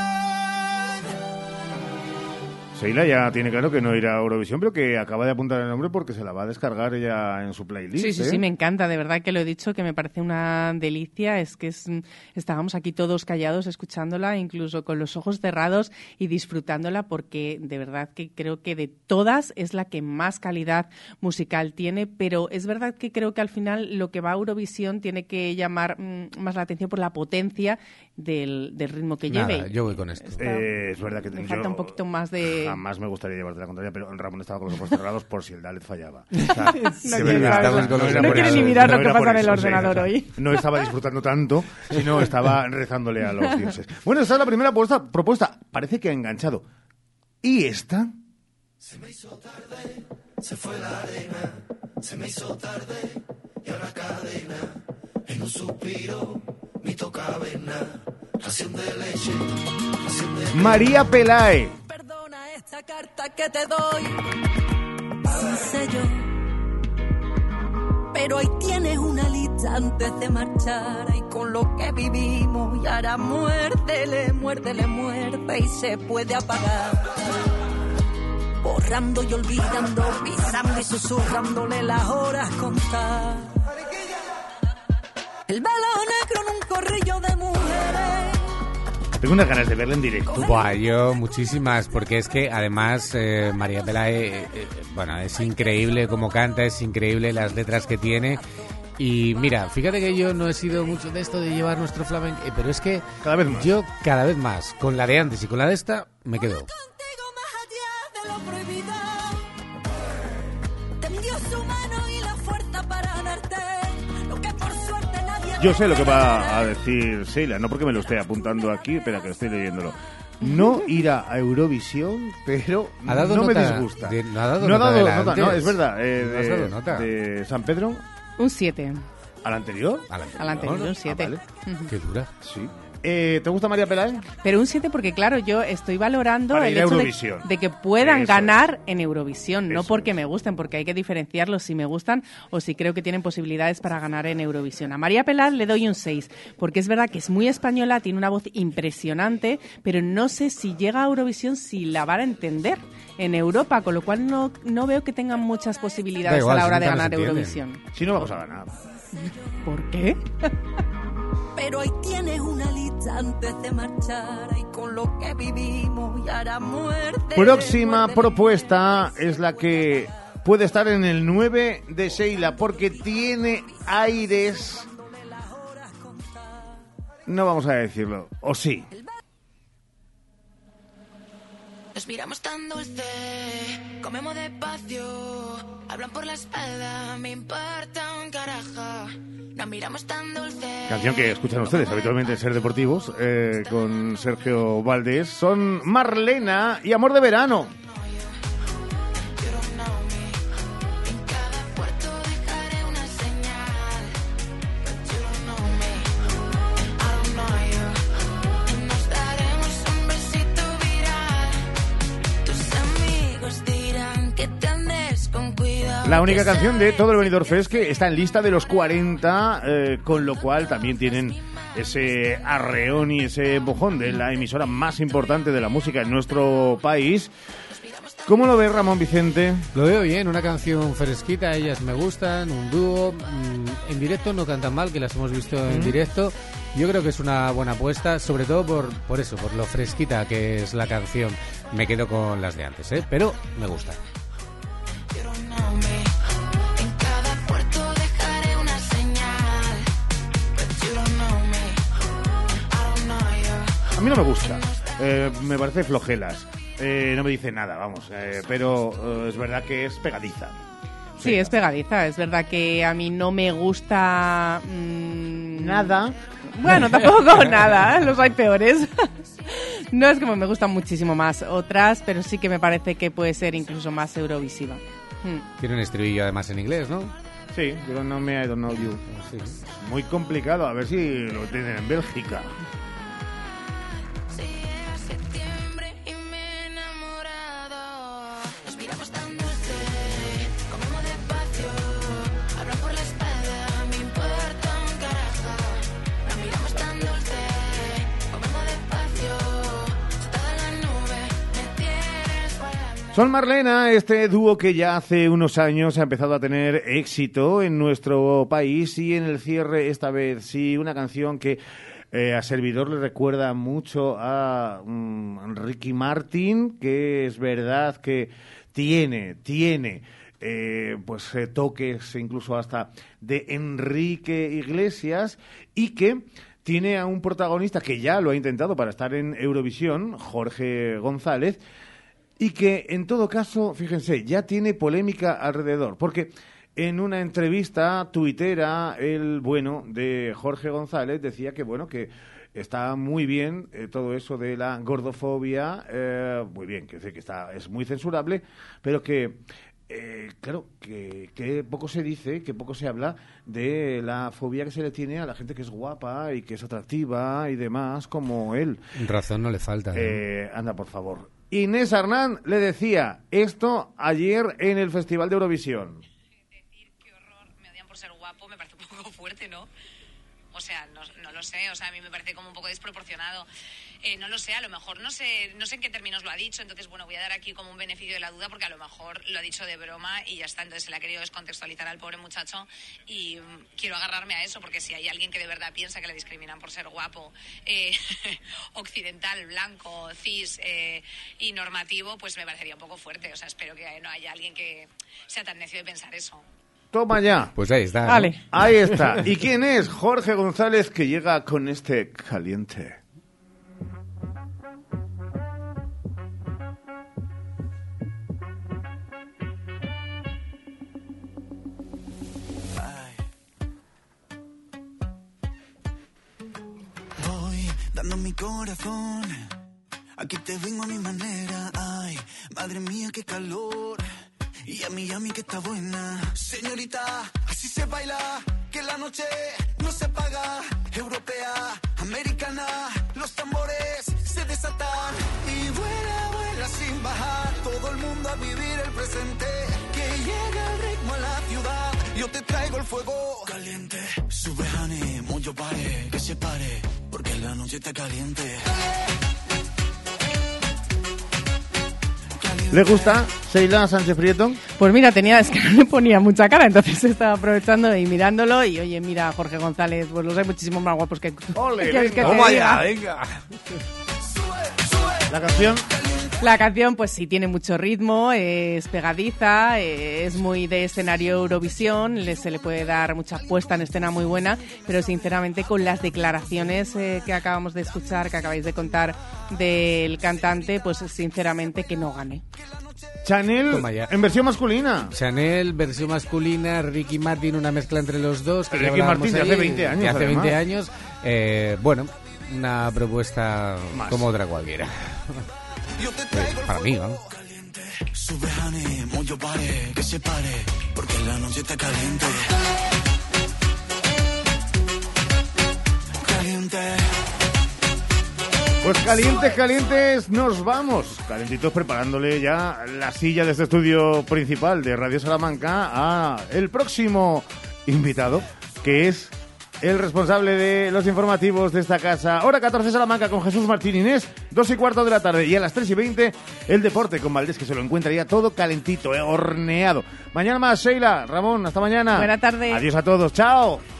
Sheila ya tiene claro que no irá a Eurovisión, pero que acaba de apuntar el nombre porque se la va a descargar ella en su playlist. Sí, me encanta, de verdad que lo he dicho, que me parece una delicia. Es que estábamos aquí todos callados escuchándola, incluso con los ojos cerrados y disfrutándola, porque de verdad que creo que de todas es la que más calidad musical tiene, pero es verdad que creo que al final lo que va a Eurovisión tiene que llamar más la atención por la potencia del ritmo que lleve. Yo voy con esto. Es verdad que me falta un poquito más de... Jamás me gustaría llevarte la contraria, pero Ramón estaba con los ojos cerrados por si el Dalet fallaba. O sea, no quiere ni mirar lo que pasa en el ordenador hoy. No estaba disfrutando tanto, sino estaba rezándole a los dioses. Bueno, esta es la primera propuesta. Parece que ha enganchado. ¿Y esta? Se me hizo tarde, se fue la arena. Se me hizo tarde y ahora cadena. En un suspiro, mito caverna. Ración de leche, ración de... María Pelae. Perdona esta carta que te doy sin sello, pero ahí tienes una lista antes de marchar. Y con lo que vivimos y ahora muérdele, muérdele, muerde y se puede apagar. Borrando y olvidando, pisando y susurrándole las horas contar. El velo negro en un corrillo de mujeres. Tengo unas ganas de verla en directo. Buah, yo muchísimas, porque es que además María Pelae, bueno, es increíble cómo canta, es increíble las letras que tiene. Y mira, fíjate que yo no he sido mucho de esto de llevar nuestro flamenco, pero es que cada vez más. Yo cada vez más, con la de antes y con la de esta, me quedo. Yo sé lo que va a decir Sheila, no porque me lo esté apuntando aquí, espera que estoy leyéndolo. no irá a Eurovisión, pero ¿Ha dado no nota? me disgusta. No ha dado no nota. nota, no, es verdad. ¿No has dado nota? De San Pedro. Un 7. ¿Al anterior? Al anterior, un 7. vale. Qué dura. Sí. ¿Te gusta María Pelae? Pero un 7 porque, claro, yo estoy valorando Para el ir a hecho Eurovisión. de que puedan Eso ganar en Eurovisión, no Eso porque me gusten, porque hay que diferenciarlos si me gustan o si creo que tienen posibilidades para ganar en Eurovisión. A María Pelae le doy un 6, porque es verdad que es muy española, tiene una voz impresionante, pero no sé si llega a Eurovisión si la van a entender en Europa, con lo cual no veo que tengan muchas posibilidades igual, a la hora si de nunca ganar nos entienden. Eurovisión. Si no vamos a ganar. ¿Por qué? Pero ahí tienes una lista antes de marchar, ahí con lo que vivimos y ahora muerte. Próxima propuesta es la que puede estar en el 9 de Sheila, porque tiene aires... No vamos a decirlo, ¿o sí? Nos miramos tan dulce, comemos despacio, hablan por la espalda, me importa un carajo. Nos miramos tan dulce. Canción que escuchan ustedes habitualmente en Ser Deportivos, con Sergio Valdés. Son Marlena y Amor de Verano. La única canción de todo el Benidorm Fest que está en lista de los 40, con lo cual también tienen ese arreón y ese empujón de la emisora más importante de la música en nuestro país. ¿Cómo lo ves, Ramón Vicente? Lo veo bien, una canción fresquita, ellas me gustan, un dúo. En directo no cantan mal, que las hemos visto en directo. Yo creo que es una buena apuesta, sobre todo por eso, por lo fresquita que es la canción. Me quedo con las de antes, pero me gusta. A mí no me gusta, me parece flojelas, no me dice nada, vamos, pero es verdad que es pegadiza. Sí, es pegadiza, es verdad que a mí no me gusta... Nada. Bueno, tampoco nada, los hay peores. No es como me gustan muchísimo más otras, pero sí que me parece que puede ser incluso más eurovisiva. Tiene un estribillo además en inglés, ¿no? Sí, You Don't Know Me, I Don't Know You. Sí. Muy complicado, a ver si lo tienen en Bélgica. Son Marlena, este dúo que ya hace unos años ha empezado a tener éxito en nuestro país y en el cierre esta vez sí, una canción que a servidor le recuerda mucho a Ricky Martin, que es verdad que tiene toques incluso hasta de Enrique Iglesias y que tiene a un protagonista que ya lo ha intentado para estar en Eurovisión, Jorge González, y que, en todo caso, fíjense, ya tiene polémica alrededor, porque en una entrevista tuitera, el bueno de Jorge González decía que, bueno, que está muy bien todo eso de la gordofobia, muy bien, que es muy censurable, pero que, claro, que poco se dice, que poco se habla de la fobia que se le tiene a la gente que es guapa y que es atractiva y demás, como él. Razón no le falta. Anda, por favor. Inés Arnán le decía esto ayer en el Festival de Eurovisión. Decir qué horror, me odian por ser guapo, me parece un poco fuerte, ¿no? O sea, no lo sé, o sea, a mí me parece como un poco desproporcionado. No lo sé, a lo mejor no sé en qué términos lo ha dicho, entonces, bueno, voy a dar aquí como un beneficio de la duda porque a lo mejor lo ha dicho de broma y ya está, entonces se le ha querido descontextualizar al pobre muchacho y quiero agarrarme a eso porque si hay alguien que de verdad piensa que le discriminan por ser guapo, occidental, blanco, cis y normativo, pues me parecería un poco fuerte, o sea, espero que no haya alguien que sea tan necio de pensar eso. Toma ya. Pues ahí está. Vale. ¿No? Ahí está. ¿Y quién es? Jorge González, que llega con este caliente. Voy dando mi corazón Aquí te vengo a mi manera, ay, madre mía, qué calor. Y a mí que está buena. Señorita, así se baila, que la noche no se paga. Europea, americana, los tambores se desatan. Y vuela, vuela sin bajar, todo el mundo a vivir el presente. Que llega el ritmo a la ciudad, yo te traigo el fuego caliente. Sube, honey, mucho pare, que se pare, porque la noche está caliente. ¿Le gusta Sheila Sánchez Prieto? Pues mira, es que no le ponía mucha cara, entonces estaba aprovechando y mirándolo. Y oye, mira, Jorge González, pues los hay muchísimo más guapos que tú. ¡Ole, venga! ¡Toma ya, venga! ¿La canción? La canción, pues sí, tiene mucho ritmo, es pegadiza, es muy de escenario Eurovisión, se le puede dar mucha puesta en escena muy buena, pero sinceramente con las declaraciones que acabamos de escuchar, que acabáis de contar del cantante, pues sinceramente que no gane. Chanel en versión masculina. Chanel, versión masculina, Ricky Martin, una mezcla entre los dos. Que Ricky Martin de hace 20 años. De hace 20 años. Bueno, una propuesta más como otra cualquiera. Para mí, ¿no? Sube, honey, mucho pare, que se pare, porque la noche está caliente. Caliente. Pues calientes, nos vamos. Calentitos preparándole ya la silla de este estudio principal de Radio Salamanca a el próximo invitado, que es el responsable de los informativos de esta casa. Hora 14 Salamanca con Jesús Martín Inés, 2:15 de la tarde. Y a las 3:20 el deporte con Valdés, que se lo encuentra ya todo calentito, horneado. Mañana más, Sheila, Ramón, hasta mañana. Buena tarde. Adiós a todos, chao.